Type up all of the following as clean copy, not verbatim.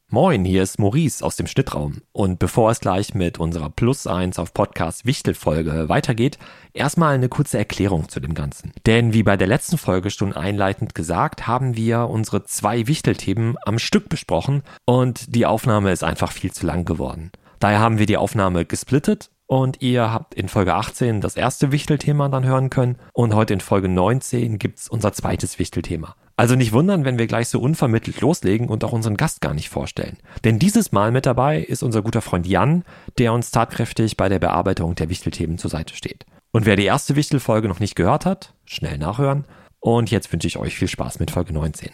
Moin, hier ist Maurice aus dem Schnittraum. Und bevor es gleich mit unserer +1 auf Podcast Wichtel-Folge weitergeht, erstmal eine kurze Erklärung zu dem Ganzen. Denn wie bei der letzten Folge schon einleitend gesagt, haben wir unsere 2 Wichtel-Themen am Stück besprochen und die Aufnahme ist einfach viel zu lang geworden. Daher haben wir die Aufnahme gesplittet und ihr habt in Folge 18 das erste Wichtel-Thema dann hören können und heute in Folge 19 gibt's unser zweites Wichtel-Thema. Also nicht wundern, wenn wir gleich so unvermittelt loslegen und auch unseren Gast gar nicht vorstellen. Denn dieses Mal mit dabei ist unser guter Freund Jan, der uns tatkräftig bei der Bearbeitung der Wichtel-Themen zur Seite steht. Und wer die erste Wichtel-Folge noch nicht gehört hat, schnell nachhören. Und jetzt wünsche ich euch viel Spaß mit Folge 19.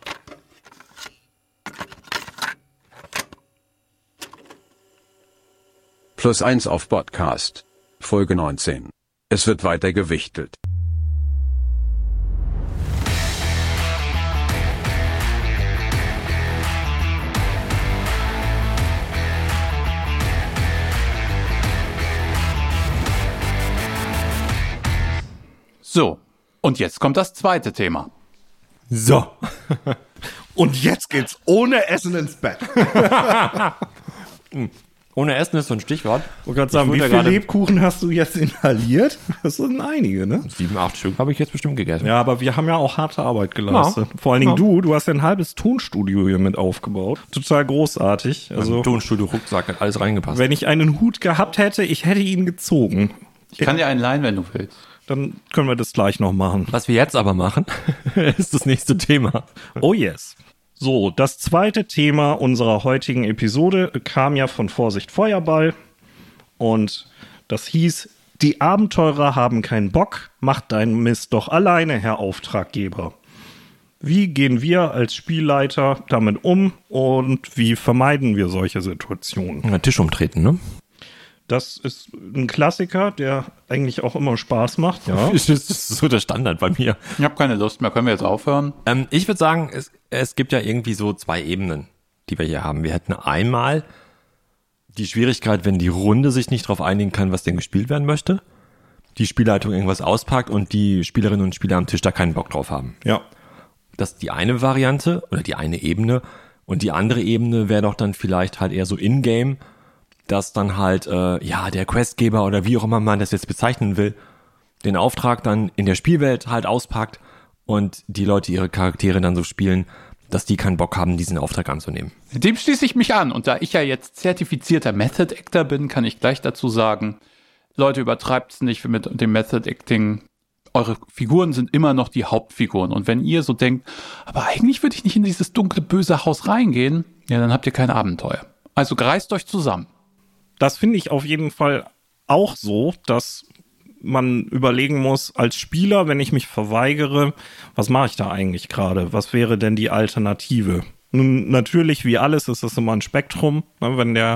+1 auf Podcast. Folge 19. Es wird weiter gewichtelt. So, und jetzt kommt das zweite Thema. So. Und jetzt geht's ohne Essen ins Bett. Ohne Essen ist so ein Stichwort. Ich wollte gerade sagen, wie viele Lebkuchen hast du jetzt inhaliert? Das sind einige, ne? 7, 8 Stück habe ich jetzt bestimmt gegessen. Ja, aber wir haben ja auch harte Arbeit geleistet. Ja. Vor allen Dingen du hast ja ein halbes Tonstudio hier mit aufgebaut. Total großartig. Also Tonstudio Rucksack hat alles reingepasst. Wenn ich einen Hut gehabt hätte, ich hätte ihn gezogen. Ich kann dir einen leihen, wenn du willst. Dann können wir das gleich noch machen. Was wir jetzt aber machen, ist das nächste Thema. Oh yes. So, das zweite Thema unserer heutigen Episode kam ja von Vorsicht Feuerball. Und das hieß, die Abenteurer haben keinen Bock, macht deinen Mist doch alleine, Herr Auftraggeber. Wie gehen wir als Spielleiter damit um und wie vermeiden wir solche Situationen? Ja, Tisch umtreten, ne? Das ist ein Klassiker, der eigentlich auch immer Spaß macht. Ja. Das ist so der Standard bei mir. Ich habe keine Lust mehr. Können wir jetzt aufhören? Ich würde sagen, es gibt ja irgendwie so 2 Ebenen, die wir hier haben. Wir hätten einmal die Schwierigkeit, wenn die Runde sich nicht darauf einigen kann, was denn gespielt werden möchte, die Spielleitung irgendwas auspackt und die Spielerinnen und Spieler am Tisch da keinen Bock drauf haben. Ja. Das ist die eine Variante oder die eine Ebene. Und die andere Ebene wäre doch dann vielleicht halt eher so in-game, dass dann halt, der Questgeber oder wie auch immer man das jetzt bezeichnen will, den Auftrag dann in der Spielwelt halt auspackt und die Leute ihre Charaktere dann so spielen, dass die keinen Bock haben, diesen Auftrag anzunehmen. Dem schließe ich mich an. Und da ich ja jetzt zertifizierter Method Actor bin, kann ich gleich dazu sagen, Leute, übertreibt's nicht mit dem Method Acting. Eure Figuren sind immer noch die Hauptfiguren. Und wenn ihr so denkt, aber eigentlich würde ich nicht in dieses dunkle, böse Haus reingehen, ja, dann habt ihr kein Abenteuer. Also reißt euch zusammen. Das finde ich auf jeden Fall auch so, dass man überlegen muss, als Spieler, wenn ich mich verweigere, was mache ich da eigentlich gerade? Was wäre denn die Alternative? Nun, natürlich, wie alles, ist das immer ein Spektrum. Wenn der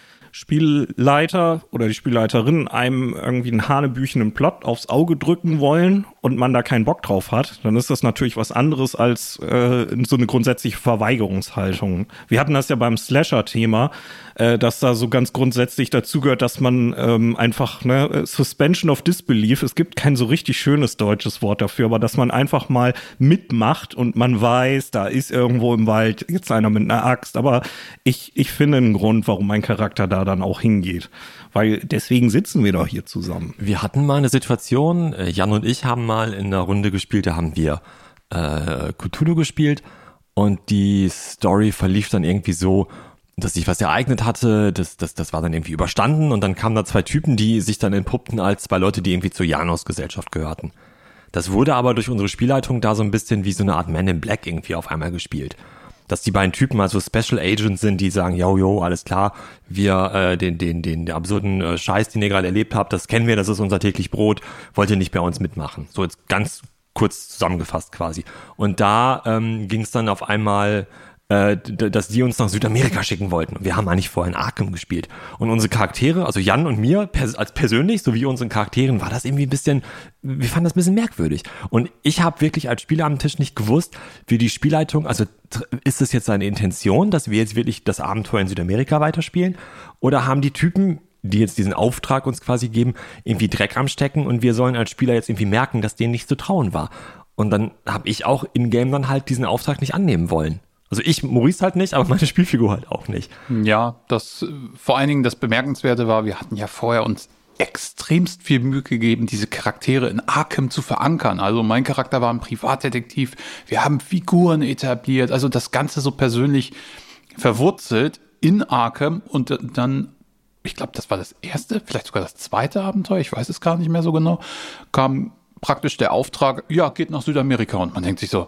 Spielleiter oder die Spielleiterin einem irgendwie einen hanebüchenen Plot aufs Auge drücken wollen und man da keinen Bock drauf hat, dann ist das natürlich was anderes als so eine grundsätzliche Verweigerungshaltung. Wir hatten das ja beim Slasher-Thema, dass da so ganz grundsätzlich dazu gehört, dass man einfach, Suspension of Disbelief, es gibt kein so richtig schönes deutsches Wort dafür, aber dass man einfach mal mitmacht und man weiß, da ist irgendwo im Wald jetzt einer mit einer Axt, aber ich finde einen Grund, warum mein Charakter da dann auch hingeht. Weil deswegen sitzen wir doch hier zusammen. Wir hatten mal eine Situation, Jan und ich haben mal in einer Runde gespielt, da haben wir Cthulhu gespielt und die Story verlief dann irgendwie so, dass sich was ereignet hatte, das war dann irgendwie überstanden und dann kamen da 2 Typen, die sich dann entpuppten als 2 Leute, die irgendwie zur Janos-Gesellschaft gehörten. Das wurde aber durch unsere Spielleitung da so ein bisschen wie so eine Art Man in Black irgendwie auf einmal gespielt. Dass die beiden Typen also Special Agents sind, die sagen, jo, alles klar, wir den absurden Scheiß, den ihr gerade erlebt habt, das kennen wir, das ist unser täglich Brot, wollt ihr nicht bei uns mitmachen. So jetzt ganz kurz zusammengefasst quasi. Und da ging es dann auf einmal, dass die uns nach Südamerika schicken wollten. Und wir haben eigentlich vorher in Arkham gespielt. Und unsere Charaktere, also Jan und mir, als persönlich, sowie unseren Charakteren, war das irgendwie wir fanden das ein bisschen merkwürdig. Und ich habe wirklich als Spieler am Tisch nicht gewusst, wie die Spielleitung, also ist es jetzt seine Intention, dass wir jetzt wirklich das Abenteuer in Südamerika weiterspielen? Oder haben die Typen, die jetzt diesen Auftrag uns quasi geben, irgendwie Dreck am Stecken und wir sollen als Spieler jetzt irgendwie merken, dass denen nicht zu trauen war? Und dann habe ich auch in-game dann halt diesen Auftrag nicht annehmen wollen. Also ich, Maurice halt nicht, aber meine Spielfigur halt auch nicht. Ja, vor allen Dingen das Bemerkenswerte war, wir hatten ja vorher uns extremst viel Mühe gegeben, diese Charaktere in Arkham zu verankern. Also mein Charakter war ein Privatdetektiv, wir haben Figuren etabliert, also das Ganze so persönlich verwurzelt in Arkham und dann, ich glaube, das war das erste, vielleicht sogar das zweite Abenteuer, ich weiß es gar nicht mehr so genau, kam praktisch der Auftrag, ja, geht nach Südamerika und man denkt sich so,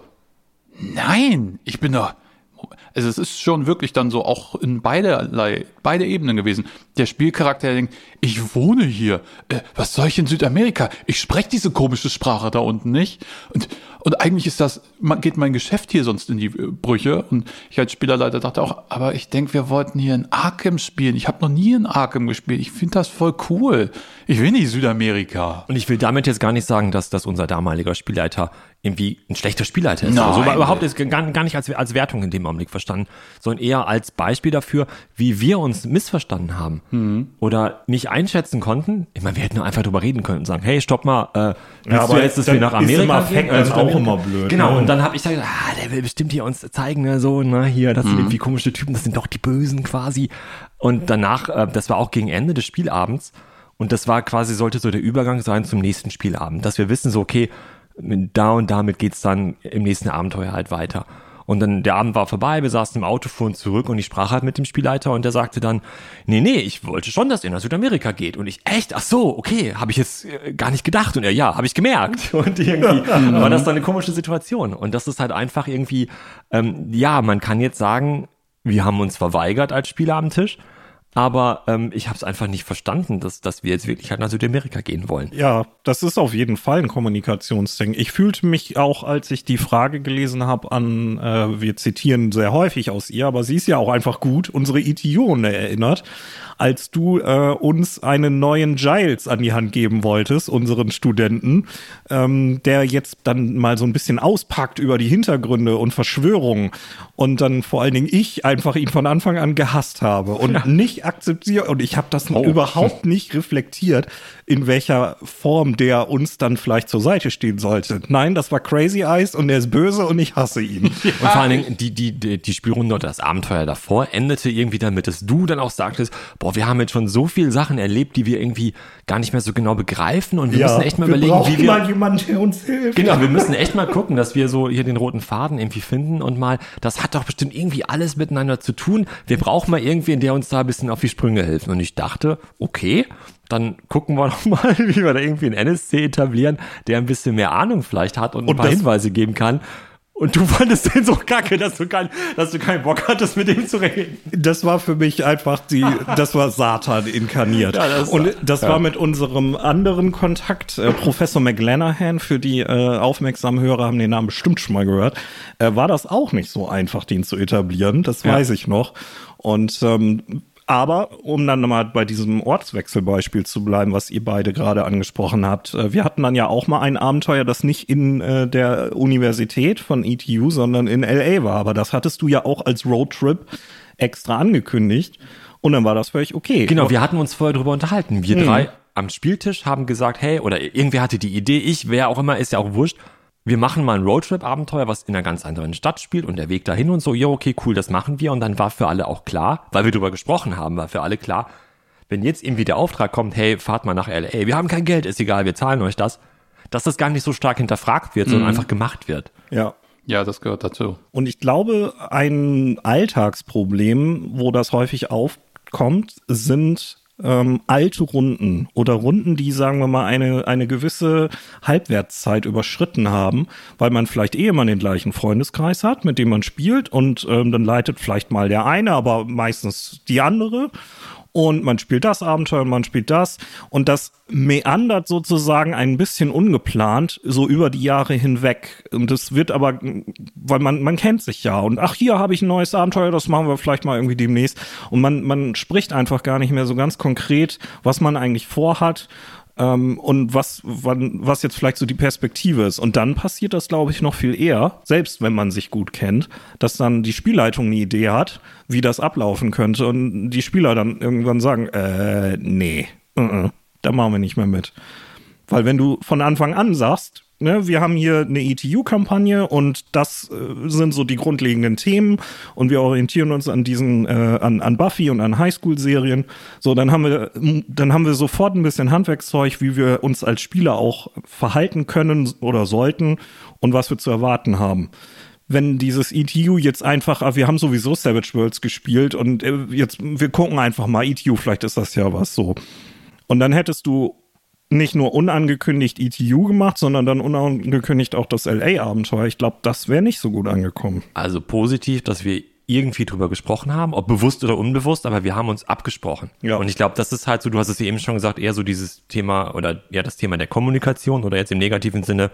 nein, ich bin doch... Also es ist schon wirklich dann so auch in beide Ebenen gewesen. Der Spielcharakter denkt, ich wohne hier, was soll ich in Südamerika? Ich spreche diese komische Sprache da unten nicht. Und eigentlich ist geht mein Geschäft hier sonst in die Brüche. Und ich als Spielerleiter dachte auch, aber ich denke, wir wollten hier in Arkham spielen. Ich habe noch nie in Arkham gespielt. Ich finde das voll cool. Ich will nicht Südamerika. Und ich will damit jetzt gar nicht sagen, dass unser damaliger Spielleiter irgendwie ein schlechter Spielleiter ist. Nein. Also überhaupt ist gar nicht als Wertung in dem Augenblick verstanden, sondern eher als Beispiel dafür, wie wir uns missverstanden haben oder nicht einschätzen konnten. Ich meine, wir hätten nur einfach drüber reden können und sagen, hey, stopp mal, willst du jetzt, dass wir nach Amerika gehen? Das ist auch immer blöd. Genau, ne? und dann habe ich gesagt, der will bestimmt hier uns zeigen, ne, so, na hier, das sind irgendwie komische Typen, das sind doch die Bösen quasi. Und danach, das war auch gegen Ende des Spielabends und das war quasi, sollte so der Übergang sein zum nächsten Spielabend, dass wir wissen so, okay, da und damit geht's dann im nächsten Abenteuer halt weiter. Und dann, der Abend war vorbei, wir saßen im Auto, fuhren zurück und ich sprach halt mit dem Spielleiter und der sagte dann, nee, ich wollte schon, dass ihr nach Südamerika geht. Und ich, echt? Ach so, okay, habe ich jetzt gar nicht gedacht. Und er, ja, habe ich gemerkt. Und irgendwie war das dann eine komische Situation. Und das ist halt einfach irgendwie, man kann jetzt sagen, wir haben uns verweigert als Spieler am Tisch. Aber ich habe es einfach nicht verstanden, dass wir jetzt wirklich halt nach Südamerika gehen wollen. Ja, das ist auf jeden Fall ein Kommunikationsding. Ich fühlte mich auch, als ich die Frage gelesen habe, wir zitieren sehr häufig aus ihr, aber sie ist ja auch einfach gut, unsere Idione erinnert, als du uns einen neuen Giles an die Hand geben wolltest, unseren Studenten, der jetzt dann mal so ein bisschen auspackt über die Hintergründe und Verschwörungen und dann vor allen Dingen ich einfach ihn von Anfang an gehasst habe und nicht akzeptiert und ich habe das überhaupt nicht reflektiert, in welcher Form der uns dann vielleicht zur Seite stehen sollte. Nein, das war Crazy Eyes und er ist böse und ich hasse ihn. Und vor allen Dingen die Spielrunde oder das Abenteuer davor endete irgendwie damit, dass du dann auch sagtest, boah, wir haben jetzt schon so viele Sachen erlebt, die wir irgendwie gar nicht mehr so genau begreifen und wir müssen echt mal überlegen, wie wir... mal jemanden, der uns hilft. Genau, wir müssen echt mal gucken, dass wir so hier den roten Faden irgendwie finden und mal, das hat doch bestimmt irgendwie alles miteinander zu tun. Wir brauchen mal irgendwen, der uns da ein bisschen auf die Sprünge hilft. Und ich dachte, okay, dann gucken wir doch mal, wie wir da irgendwie einen NSC etablieren, der ein bisschen mehr Ahnung vielleicht hat und ein paar Hinweise geben kann. Und du fandest den so kacke, dass du keinen Bock hattest, mit ihm zu reden. Das war für mich einfach das war Satan inkarniert. Ja, das war mit unserem anderen Kontakt, Professor McLanahan, für die aufmerksamen Hörer haben den Namen bestimmt schon mal gehört, war das auch nicht so einfach, den zu etablieren. Das weiß ich noch. Und aber, um dann mal bei diesem Ortswechselbeispiel zu bleiben, was ihr beide gerade angesprochen habt, wir hatten dann ja auch mal ein Abenteuer, das nicht in der Universität von ETU, sondern in LA war. Aber das hattest du ja auch als Roadtrip extra angekündigt. Und dann war das völlig okay. Genau, wir hatten uns vorher drüber unterhalten. Wir drei am Spieltisch haben gesagt, hey, oder irgendwer hatte die Idee, wer auch immer, ist ja auch wurscht. Wir machen mal ein Roadtrip-Abenteuer, was in einer ganz anderen Stadt spielt und der Weg dahin und so, ja, okay, cool, das machen wir. Und dann war für alle auch klar, weil wir drüber gesprochen haben, war für alle klar, wenn jetzt irgendwie der Auftrag kommt, hey, fahrt mal nach LA, wir haben kein Geld, ist egal, wir zahlen euch das, dass das gar nicht so stark hinterfragt wird, sondern einfach gemacht wird. Ja. Ja, das gehört dazu. Und ich glaube, ein Alltagsproblem, wo das häufig aufkommt, sind alte Runden oder Runden, die, sagen wir mal, eine gewisse Halbwertszeit überschritten haben, weil man vielleicht immer den gleichen Freundeskreis hat, mit dem man spielt und dann leitet vielleicht mal der eine, aber meistens die andere. Und man spielt das Abenteuer, man spielt das. Und das meandert sozusagen ein bisschen ungeplant so über die Jahre hinweg. Und das wird aber, weil man kennt sich ja. Und ach, hier habe ich ein neues Abenteuer, das machen wir vielleicht mal irgendwie demnächst. Und man spricht einfach gar nicht mehr so ganz konkret, was man eigentlich vorhat. Und was jetzt vielleicht so die Perspektive ist. Und dann passiert das, glaube ich, noch viel eher, selbst wenn man sich gut kennt, dass dann die Spielleitung eine Idee hat, wie das ablaufen könnte und die Spieler dann irgendwann sagen, nee, da machen wir nicht mehr mit. Weil wenn du von Anfang an sagst, ne, wir haben hier eine ETU-Kampagne und das sind so die grundlegenden Themen und wir orientieren uns an diesen, an Buffy und an Highschool-Serien. So, dann haben wir sofort ein bisschen Handwerkszeug, wie wir uns als Spieler auch verhalten können oder sollten und was wir zu erwarten haben. Wenn dieses ETU jetzt einfach, wir haben sowieso Savage Worlds gespielt und jetzt, wir gucken einfach mal ETU, vielleicht ist das ja was so. Und dann hättest du nicht nur unangekündigt ETU gemacht, sondern dann unangekündigt auch das LA-Abenteuer. Ich glaube, das wäre nicht so gut angekommen. Also positiv, dass wir irgendwie drüber gesprochen haben, ob bewusst oder unbewusst, aber wir haben uns abgesprochen. Ja. Und ich glaube, das ist halt so, du hast es ja eben schon gesagt, eher so dieses Thema oder ja das Thema der Kommunikation oder jetzt im negativen Sinne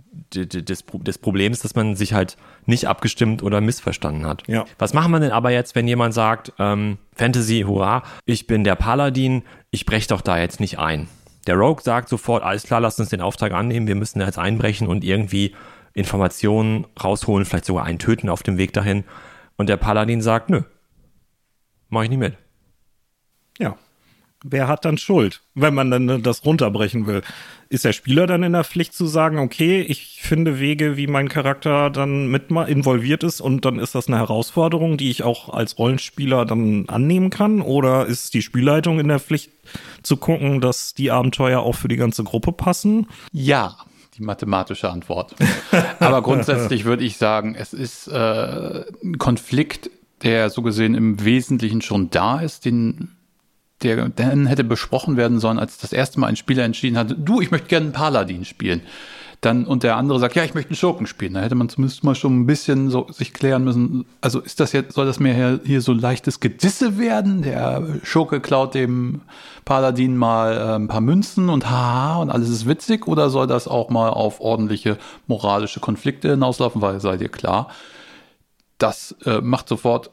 des Problems, dass man sich halt nicht abgestimmt oder missverstanden hat. Ja. Was machen wir denn aber jetzt, wenn jemand sagt, Fantasy, hurra, ich bin der Paladin, ich breche doch da jetzt nicht ein. Der Rogue sagt sofort, alles klar, lasst uns den Auftrag annehmen, wir müssen da jetzt einbrechen und irgendwie Informationen rausholen, vielleicht sogar einen töten auf dem Weg dahin. Und der Paladin sagt, nö, mach ich nicht mit. Ja. Wer hat dann Schuld, wenn man dann das runterbrechen will? Ist der Spieler dann in der Pflicht zu sagen, okay, ich finde Wege, wie mein Charakter dann mit involviert ist und dann ist das eine Herausforderung, die ich auch als Rollenspieler dann annehmen kann? Oder ist die Spielleitung in der Pflicht zu gucken, dass die Abenteuer auch für die ganze Gruppe passen? Ja, die mathematische Antwort. Aber grundsätzlich würde ich sagen, es ist ein Konflikt, der so gesehen im Wesentlichen schon da ist, der dann hätte besprochen werden sollen, als das erste Mal ein Spieler entschieden hat, ich möchte gerne einen Paladin spielen. Und der andere sagt, ja, ich möchte einen Schurken spielen. Da hätte man zumindest mal schon ein bisschen so sich klären müssen, also soll das mehr hier so leichtes Gedisse werden? Der Schurke klaut dem Paladin mal ein paar Münzen und haha und alles ist witzig, oder soll das auch mal auf ordentliche moralische Konflikte hinauslaufen? Weil, sei dir klar, das macht sofort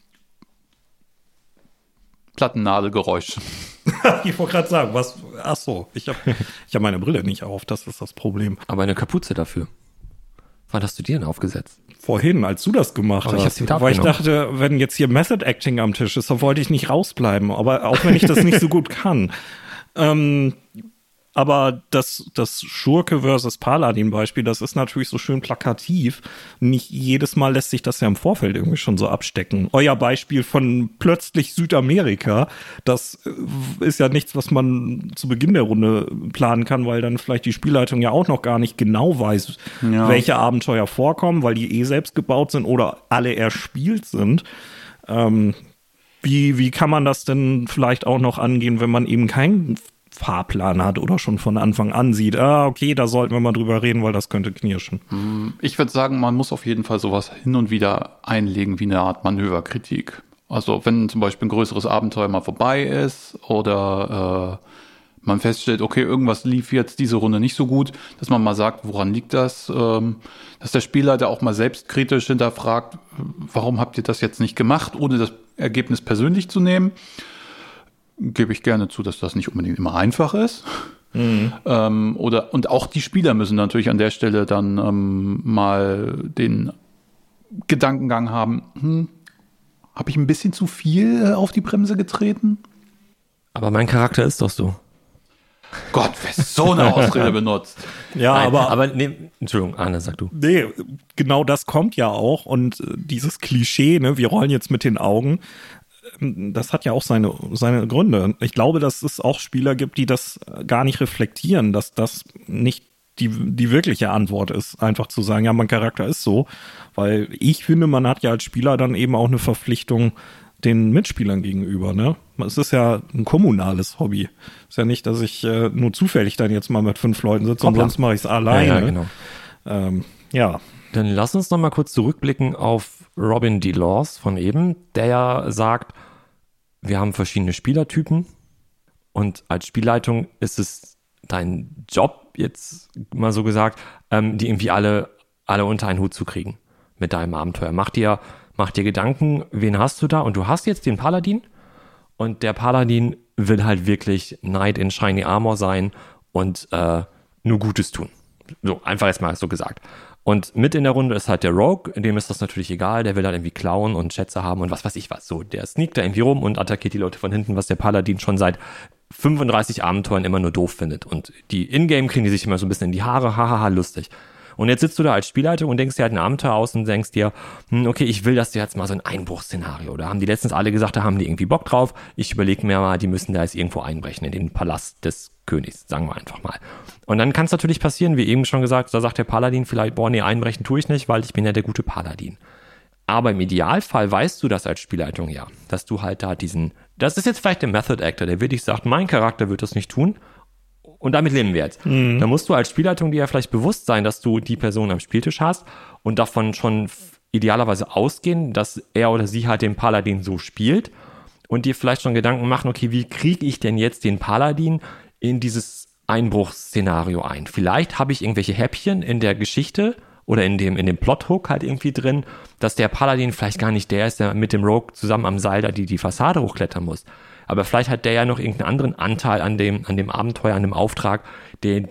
Plattennadelgeräusch. Ich wollte gerade sagen, ich hab meine Brille nicht auf, das ist das Problem. Aber eine Kapuze dafür. Wann hast du die denn aufgesetzt? Vorhin, als du das gemacht Aber ich hast. hab sie Weil ich dachte, wenn jetzt hier Method Acting am Tisch ist, dann wollte ich nicht rausbleiben. Aber auch wenn ich das nicht so gut kann. Aber das Schurke versus Paladin-Beispiel, das ist natürlich so schön plakativ. Nicht jedes Mal lässt sich das ja im Vorfeld irgendwie schon so abstecken. Euer Beispiel von plötzlich Südamerika, das ist ja nichts, was man zu Beginn der Runde planen kann, weil dann vielleicht die Spielleitung ja auch noch gar nicht genau weiß, welche Abenteuer vorkommen, weil die selbst gebaut sind oder alle erspielt sind. Wie kann man das denn vielleicht auch noch angehen, wenn man eben keinen Fahrplan hat oder schon von Anfang an sieht, okay, da sollten wir mal drüber reden, weil das könnte knirschen. Ich würde sagen, man muss auf jeden Fall sowas hin und wieder einlegen wie eine Art Manöverkritik. Also wenn zum Beispiel ein größeres Abenteuer mal vorbei ist oder man feststellt, okay, irgendwas lief jetzt diese Runde nicht so gut, dass man mal sagt, woran liegt das? Dass der Spielleiter auch mal selbstkritisch hinterfragt, warum habt ihr das jetzt nicht gemacht, ohne das Ergebnis persönlich zu nehmen. Gebe ich gerne zu, dass das nicht unbedingt immer einfach ist. Mhm. Und auch die Spieler müssen natürlich an der Stelle dann mal den Gedankengang haben, habe ich ein bisschen zu viel auf die Bremse getreten? Aber mein Charakter ist doch so. Gott, wer so eine Ausrede benutzt. Ja, Nein, aber nee, Entschuldigung, Arne, sag du. Nee, genau das kommt ja auch und dieses Klischee, ne, wir rollen jetzt mit den Augen, das hat ja auch seine Gründe. Ich glaube, dass es auch Spieler gibt, die das gar nicht reflektieren, dass das nicht die wirkliche Antwort ist, einfach zu sagen, ja, mein Charakter ist so, weil ich finde, man hat ja als Spieler dann eben auch eine Verpflichtung den Mitspielern gegenüber, ne? Es ist ja ein kommunales Hobby. Ist ja nicht, dass ich nur zufällig dann jetzt mal mit 5 Leuten sitze und sonst mache ich es alleine. Ja, genau. Ja. Dann lass uns noch mal kurz zurückblicken auf Robin DeLaws von eben, der ja sagt, wir haben verschiedene Spielertypen und als Spielleitung ist es dein Job, jetzt mal so gesagt, die irgendwie alle unter einen Hut zu kriegen mit deinem Abenteuer. Mach dir Gedanken, wen hast du da? Und du hast jetzt den Paladin und der Paladin will halt wirklich Knight in Shiny Armor sein und nur Gutes tun. So, einfach jetzt mal so gesagt. Und mit in der Runde ist halt der Rogue, dem ist das natürlich egal, der will halt irgendwie klauen und Schätze haben und was weiß ich was. So, der sneakt da irgendwie rum und attackiert die Leute von hinten, was der Paladin schon seit 35 Abenteuern immer nur doof findet. Und die Ingame kriegen die sich immer so ein bisschen in die Haare, hahaha, lustig. Und jetzt sitzt du da als Spielleitung und denkst dir halt ein Abenteuer aus und denkst dir, okay, ich will, dass du jetzt mal so ein Einbruchsszenario. Da haben die letztens alle gesagt, da haben die irgendwie Bock drauf. Ich überlege mir mal, die müssen da jetzt irgendwo einbrechen in den Palast des Königs, sagen wir einfach mal. Und dann kann es natürlich passieren, wie eben schon gesagt, da sagt der Paladin vielleicht, einbrechen tue ich nicht, weil ich bin ja der gute Paladin. Aber im Idealfall weißt du das als Spielleitung ja, dass du halt da das ist jetzt vielleicht der Method Actor, der wirklich sagt, mein Charakter wird das nicht tun. Und damit leben wir jetzt. Mhm. Da musst du als Spielleitung dir ja vielleicht bewusst sein, dass du die Person am Spieltisch hast und davon schon idealerweise ausgehen, dass er oder sie halt den Paladin so spielt und dir vielleicht schon Gedanken machen, okay, wie kriege ich denn jetzt den Paladin in dieses Einbruchsszenario ein? Vielleicht habe ich irgendwelche Häppchen in der Geschichte oder in dem Plothook halt irgendwie drin, dass der Paladin vielleicht gar nicht der ist, der mit dem Rogue zusammen am Seil da die Fassade hochklettern muss. Aber vielleicht hat der ja noch irgendeinen anderen Anteil an dem Abenteuer, an dem Auftrag, den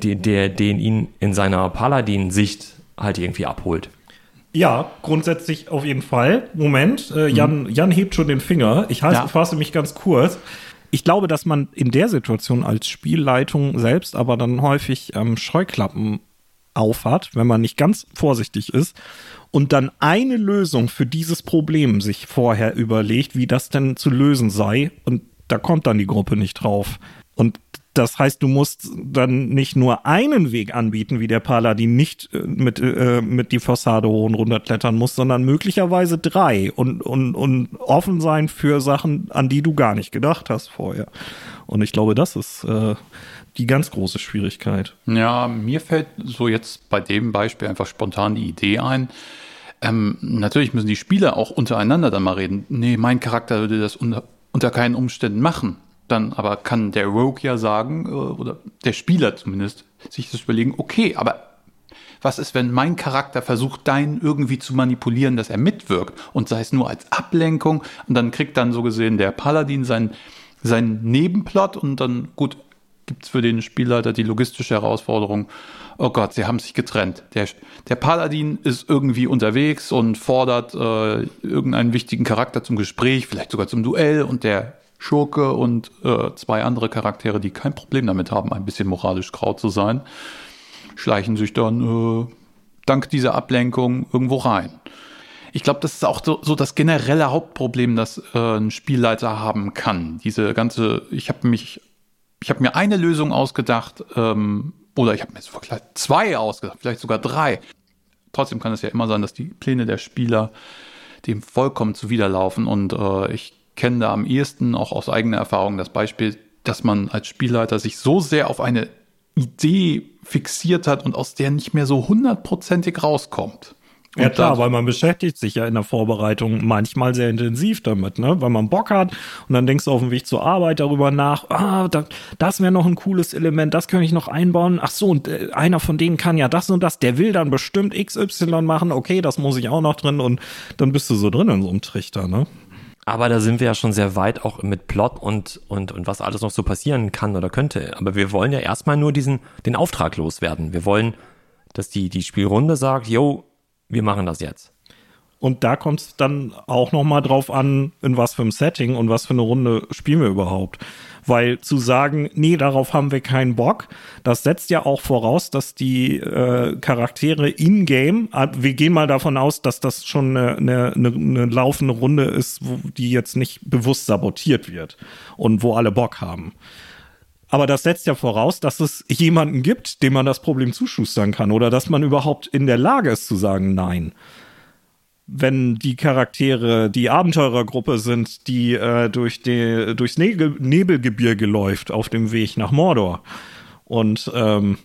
ihn in seiner Paladin-Sicht halt irgendwie abholt. Ja, grundsätzlich auf jeden Fall. Moment, Jan hebt schon den Finger. Ich fasse mich ganz kurz. Ich glaube, dass man in der Situation als Spielleitung selbst aber dann häufig Scheuklappen aufhat, wenn man nicht ganz vorsichtig ist und dann eine Lösung für dieses Problem sich vorher überlegt, wie das denn zu lösen sei, und da kommt dann die Gruppe nicht drauf. Und das heißt, du musst dann nicht nur einen Weg anbieten, wie der Paladin nicht mit die Fassade hoch und runter klettern muss, sondern möglicherweise 3 und offen sein für Sachen, an die du gar nicht gedacht hast vorher. Und ich glaube, das ist die ganz große Schwierigkeit. Ja, mir fällt so jetzt bei dem Beispiel einfach spontan die Idee ein. Natürlich müssen die Spieler auch untereinander dann mal reden. Nee, mein Charakter würde das unter keinen Umständen machen. Dann aber kann der Rogue ja sagen, oder der Spieler zumindest, sich das überlegen, okay, aber was ist, wenn mein Charakter versucht, deinen irgendwie zu manipulieren, dass er mitwirkt und sei es nur als Ablenkung, und dann kriegt dann so gesehen der Paladin seinen Nebenplot und dann, gut, gibt es für den Spielleiter die logistische Herausforderung, oh Gott, sie haben sich getrennt. Der Paladin ist irgendwie unterwegs und fordert irgendeinen wichtigen Charakter zum Gespräch, vielleicht sogar zum Duell, und der Schurke und 2 andere Charaktere, die kein Problem damit haben, ein bisschen moralisch grau zu sein, schleichen sich dann dank dieser Ablenkung irgendwo rein. Ich glaube, das ist auch so das generelle Hauptproblem, das ein Spielleiter haben kann. Diese ganze, ich habe mir eine Lösung ausgedacht, oder ich habe mir sogar 2 ausgedacht, vielleicht sogar 3. Trotzdem kann es ja immer sein, dass die Pläne der Spieler dem vollkommen zuwiderlaufen, und ich kenne da am ehesten auch aus eigener Erfahrung das Beispiel, dass man als Spielleiter sich so sehr auf eine Idee fixiert hat und aus der nicht mehr so 100%ig rauskommt. Ja klar, weil man beschäftigt sich ja in der Vorbereitung manchmal sehr intensiv damit, ne? Weil man Bock hat, und dann denkst du auf dem Weg zur Arbeit darüber nach, das wäre noch ein cooles Element, das könnte ich noch einbauen. Ach so, und einer von denen kann ja das und das, der will dann bestimmt XY machen, okay, das muss ich auch noch drin, und dann bist du so drin in so einem Trichter, ne? Aber da sind wir ja schon sehr weit auch mit Plot und was alles noch so passieren kann oder könnte. Aber wir wollen ja erstmal nur den Auftrag loswerden. Wir wollen, dass die Spielrunde sagt, yo, wir machen das jetzt. Und da kommt es dann auch noch mal drauf an, in was für einem Setting und was für eine Runde spielen wir überhaupt. Weil zu sagen, nee, darauf haben wir keinen Bock, das setzt ja auch voraus, dass die Charaktere in-game, wir gehen mal davon aus, dass das schon eine laufende Runde ist, die jetzt nicht bewusst sabotiert wird und wo alle Bock haben. Aber das setzt ja voraus, dass es jemanden gibt, dem man das Problem zuschustern kann, oder dass man überhaupt in der Lage ist zu sagen, nein. Wenn die Charaktere die Abenteurergruppe sind, die durchs Nebelgebirge läuft auf dem Weg nach Mordor, und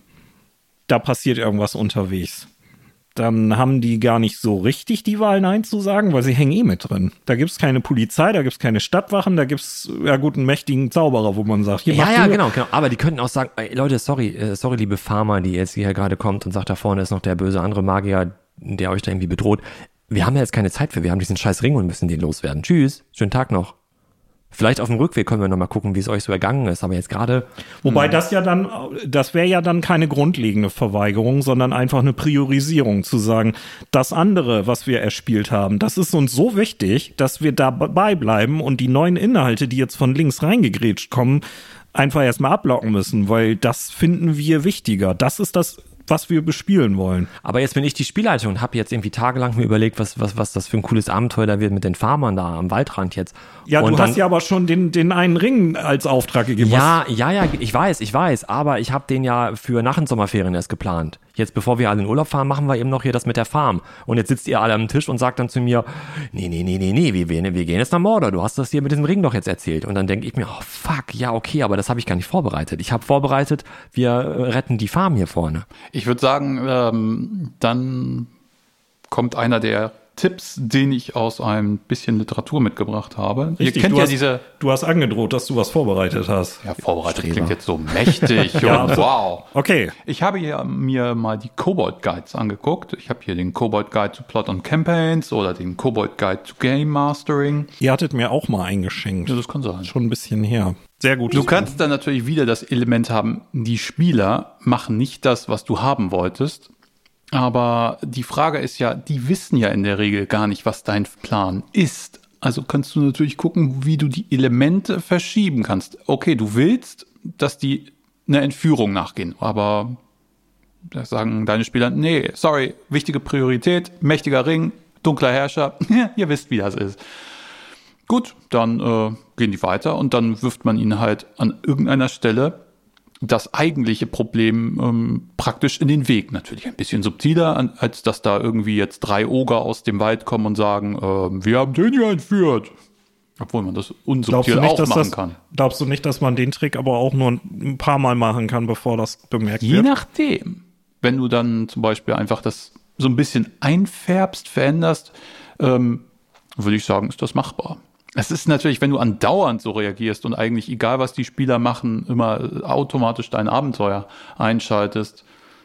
da passiert irgendwas unterwegs, dann haben die gar nicht so richtig die Wahl, Nein zu sagen, weil sie hängen mit drin. Da gibt's keine Polizei, da gibt's keine Stadtwachen, da gibt's einen mächtigen Zauberer, wo man sagt, genau. Aber die könnten auch sagen, ey, Leute, sorry, liebe Farmer, die jetzt hierher gerade kommt und sagt, da vorne ist noch der böse andere Magier, der euch da irgendwie bedroht. Wir haben ja jetzt keine Zeit für, wir haben diesen scheiß Ring und müssen den loswerden. Tschüss, schönen Tag noch. Vielleicht auf dem Rückweg können wir noch mal gucken, wie es euch so ergangen ist, aber jetzt gerade... Wobei das wäre ja dann keine grundlegende Verweigerung, sondern einfach eine Priorisierung, zu sagen, das andere, was wir erspielt haben, das ist uns so wichtig, dass wir dabei bleiben, und die neuen Inhalte, die jetzt von links reingegrätscht kommen, einfach erstmal ablocken müssen, weil das finden wir wichtiger. Das ist das, was wir bespielen wollen. Aber jetzt bin ich die Spielleitung und habe jetzt irgendwie tagelang mir überlegt, was das für ein cooles Abenteuer da wird mit den Farmern da am Waldrand jetzt. Ja, und du hast ja aber schon den einen Ring als Auftrag gegeben. Ja, ich weiß, aber ich habe den ja für nach den Sommerferien erst geplant. Jetzt, bevor wir alle in Urlaub fahren, machen wir eben noch hier das mit der Farm. Und jetzt sitzt ihr alle am Tisch und sagt dann zu mir, nee, wir gehen jetzt nach Mordor. Du hast das hier mit diesem Ring doch jetzt erzählt. Und dann denke ich mir, oh fuck, ja okay, aber das habe ich gar nicht vorbereitet. Ich habe vorbereitet, wir retten die Farm hier vorne. Ich würde sagen, dann kommt einer der Tipps, den ich aus ein bisschen Literatur mitgebracht habe. Richtig, Ihr kennt du hast angedroht, dass du was vorbereitet hast. Ja, vorbereitet klingt jetzt so mächtig. Ja, wow. Okay. Ich habe hier mir mal die Kobold Guides angeguckt. Ich habe hier den Kobold Guide to Plot and Campaigns oder den Kobold Guide to Game Mastering. Ihr hattet mir auch mal eingeschenkt. Ja, das kann sein. Schon ein bisschen her. Sehr gut. Du kannst dann natürlich wieder das Element haben, die Spieler machen nicht das, was du haben wolltest. Aber die Frage ist ja, die wissen ja in der Regel gar nicht, was dein Plan ist. Also kannst du natürlich gucken, wie du die Elemente verschieben kannst. Okay, du willst, dass die eine Entführung nachgehen, aber da sagen deine Spieler, nee, sorry, wichtige Priorität, mächtiger Ring, dunkler Herrscher, ihr wisst, wie das ist. Gut, dann gehen die weiter und dann wirft man ihnen halt an irgendeiner Stelle das eigentliche Problem praktisch in den Weg. Natürlich ein bisschen subtiler, als dass da irgendwie jetzt 3 Oger aus dem Wald kommen und sagen, wir haben den hier entführt. Obwohl man das unsubtil auch machen kann. Glaubst du nicht, dass man den Trick aber auch nur ein paar Mal machen kann, bevor das bemerkt wird? Je nachdem. Wenn du dann zum Beispiel einfach das so ein bisschen einfärbst, veränderst, würde ich sagen, ist das machbar. Es ist natürlich, wenn du andauernd so reagierst und eigentlich, egal was die Spieler machen, immer automatisch dein Abenteuer einschaltest.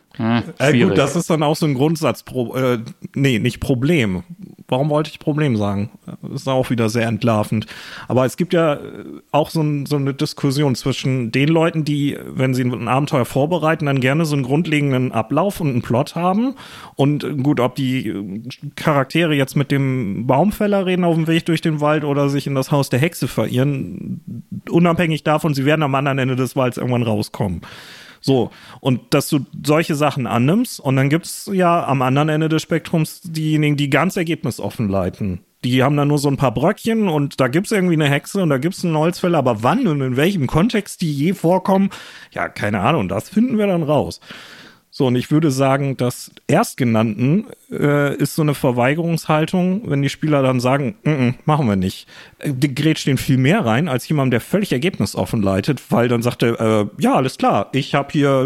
Gut, das ist dann auch so ein Grundsatz, nicht Problem. Warum wollte ich Problem sagen? Das ist auch wieder sehr entlarvend. Aber es gibt ja auch so eine Diskussion zwischen den Leuten, die, wenn sie ein Abenteuer vorbereiten, dann gerne so einen grundlegenden Ablauf und einen Plot haben. Und gut, ob die Charaktere jetzt mit dem Baumfäller reden auf dem Weg durch den Wald oder sich in das Haus der Hexe verirren, unabhängig davon, sie werden am anderen Ende des Walds irgendwann rauskommen. So, und dass du solche Sachen annimmst und dann gibt's ja am anderen Ende des Spektrums diejenigen, die ganz ergebnisoffen leiten. Die haben dann nur so ein paar Bröckchen und da gibt's irgendwie eine Hexe und da gibt's einen Holzfäller, aber wann und in welchem Kontext die je vorkommen, ja, keine Ahnung, das finden wir dann raus. So, und ich würde sagen, das Erstgenannten ist so eine Verweigerungshaltung, wenn die Spieler dann sagen, machen wir nicht. Die grätscht den viel mehr rein, als jemand, der völlig ergebnisoffen leitet, weil dann sagt er, ja, alles klar, ich habe hier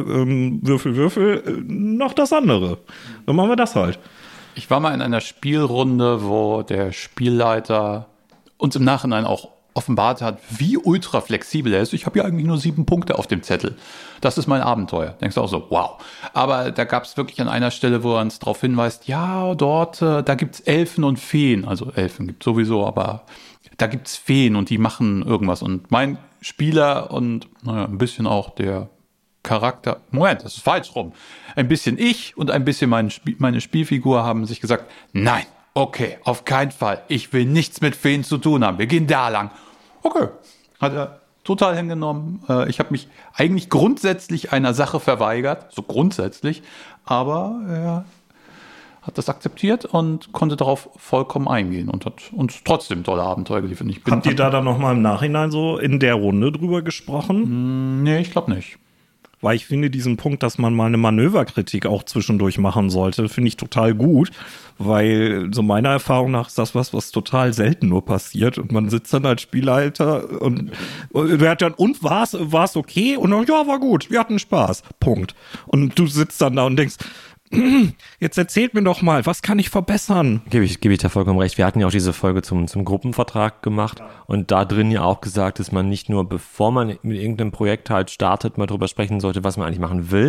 Würfel, noch das andere. Dann machen wir das halt. Ich war mal in einer Spielrunde, wo der Spielleiter uns im Nachhinein auch offenbart hat, wie ultra flexibel er ist. Ich habe ja eigentlich nur 7 Punkte auf dem Zettel. Das ist mein Abenteuer. Denkst du auch so, wow. Aber da gab es wirklich an einer Stelle, wo er uns darauf hinweist, ja, dort, da gibt's Elfen und Feen. Also Elfen gibt's sowieso, aber da gibt's Feen und die machen irgendwas. Und mein Spieler und ein bisschen auch der Charakter, Moment, das ist falsch rum. Ein bisschen ich und ein bisschen meine Spielfigur haben sich gesagt, nein, okay, auf keinen Fall. Ich will nichts mit Feen zu tun haben. Wir gehen da lang. Okay, hat er total hingenommen. Ich habe mich eigentlich grundsätzlich einer Sache verweigert, so grundsätzlich, aber er hat das akzeptiert und konnte darauf vollkommen eingehen und hat uns trotzdem tolle Abenteuer geliefert. Habt ihr da dann nochmal im Nachhinein so in der Runde drüber gesprochen? Nee, ich glaube nicht. Weil ich finde diesen Punkt, dass man mal eine Manöverkritik auch zwischendurch machen sollte, finde ich total gut, weil so meiner Erfahrung nach ist das was total selten nur passiert und man sitzt dann als Spielleiter und wer hat dann, und war's okay? Und dann, ja, war gut, wir hatten Spaß, Punkt. Und du sitzt dann da und denkst, jetzt erzählt mir doch mal, was kann ich verbessern? Gebe ich da vollkommen recht. Wir hatten ja auch diese Folge zum Gruppenvertrag gemacht und da drin ja auch gesagt, dass man nicht nur, bevor man mit irgendeinem Projekt halt startet, mal drüber sprechen sollte, was man eigentlich machen will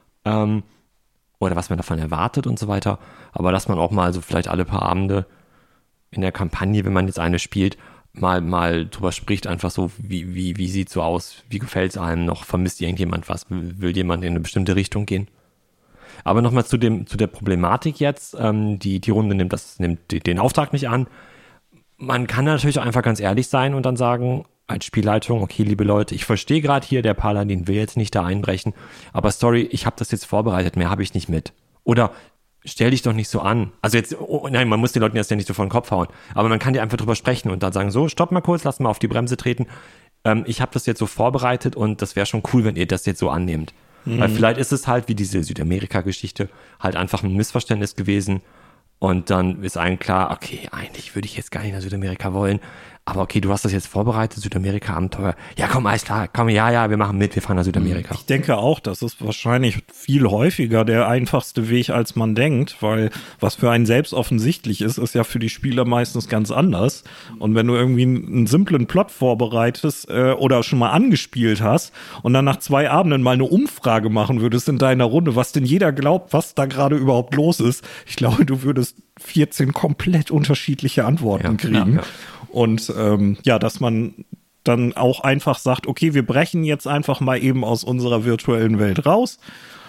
oder was man davon erwartet und so weiter, aber dass man auch mal so vielleicht alle paar Abende in der Kampagne, wenn man jetzt eine spielt, mal drüber spricht, einfach so, wie sieht's so aus, wie gefällt's einem noch, vermisst irgendjemand was, will jemand in eine bestimmte Richtung gehen? Aber nochmal zu der Problematik jetzt, die Runde nimmt den Auftrag nicht an. Man kann natürlich auch einfach ganz ehrlich sein und dann sagen, als Spielleitung, okay, liebe Leute, ich verstehe gerade hier, der Paladin will jetzt nicht da einbrechen, aber sorry, ich habe das jetzt vorbereitet, mehr habe ich nicht mit. Oder stell dich doch nicht so an. Also jetzt, nein, man muss den Leuten jetzt ja nicht so vor den Kopf hauen, aber man kann ja einfach drüber sprechen und dann sagen, so, stopp mal kurz, lass mal auf die Bremse treten. Ich habe das jetzt so vorbereitet und das wäre schon cool, wenn ihr das jetzt so annehmt. Weil vielleicht ist es halt wie diese Südamerika-Geschichte halt einfach ein Missverständnis gewesen und dann ist allen klar, okay, eigentlich würde ich jetzt gar nicht nach Südamerika wollen, aber okay, du hast das jetzt vorbereitet, Südamerika-Abenteuer. Ja, komm, alles klar, komm, ja, wir machen mit, wir fahren nach Südamerika. Ich denke auch, das ist wahrscheinlich viel häufiger der einfachste Weg, als man denkt, weil was für einen selbst offensichtlich ist ja für die Spieler meistens ganz anders. Und wenn du irgendwie einen simplen Plot vorbereitest oder schon mal angespielt hast und dann nach 2 Abenden mal eine Umfrage machen würdest in deiner Runde, was denn jeder glaubt, was da gerade überhaupt los ist, ich glaube, du würdest 14 komplett unterschiedliche Antworten kriegen. Ja. Und dass man dann auch einfach sagt, okay, wir brechen jetzt einfach mal eben aus unserer virtuellen Welt raus.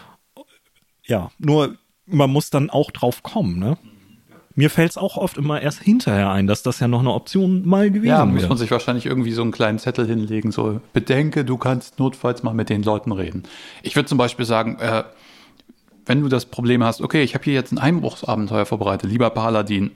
Ja, nur man muss dann auch drauf kommen, ne? Mir fällt es auch oft immer erst hinterher ein, dass das ja noch eine Option mal gewesen wäre. Ja, muss man sich wahrscheinlich irgendwie so einen kleinen Zettel hinlegen, so bedenke, du kannst notfalls mal mit den Leuten reden. Ich würde zum Beispiel sagen, wenn du das Problem hast, okay, ich habe hier jetzt ein Einbruchsabenteuer vorbereitet, lieber Paladin,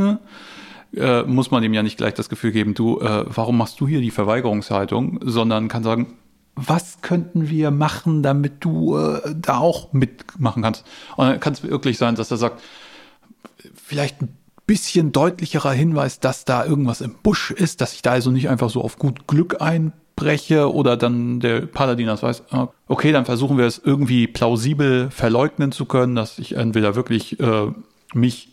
muss man ihm ja nicht gleich das Gefühl geben, du, warum machst du hier die Verweigerungshaltung, sondern kann sagen, was könnten wir machen, damit du da auch mitmachen kannst. Und dann kann es wirklich sein, dass er sagt, vielleicht ein bisschen deutlicherer Hinweis, dass da irgendwas im Busch ist, dass ich da also nicht einfach so auf gut Glück einbreche oder dann der Paladin das weiß, okay, dann versuchen wir es irgendwie plausibel verleugnen zu können, dass ich entweder wirklich mich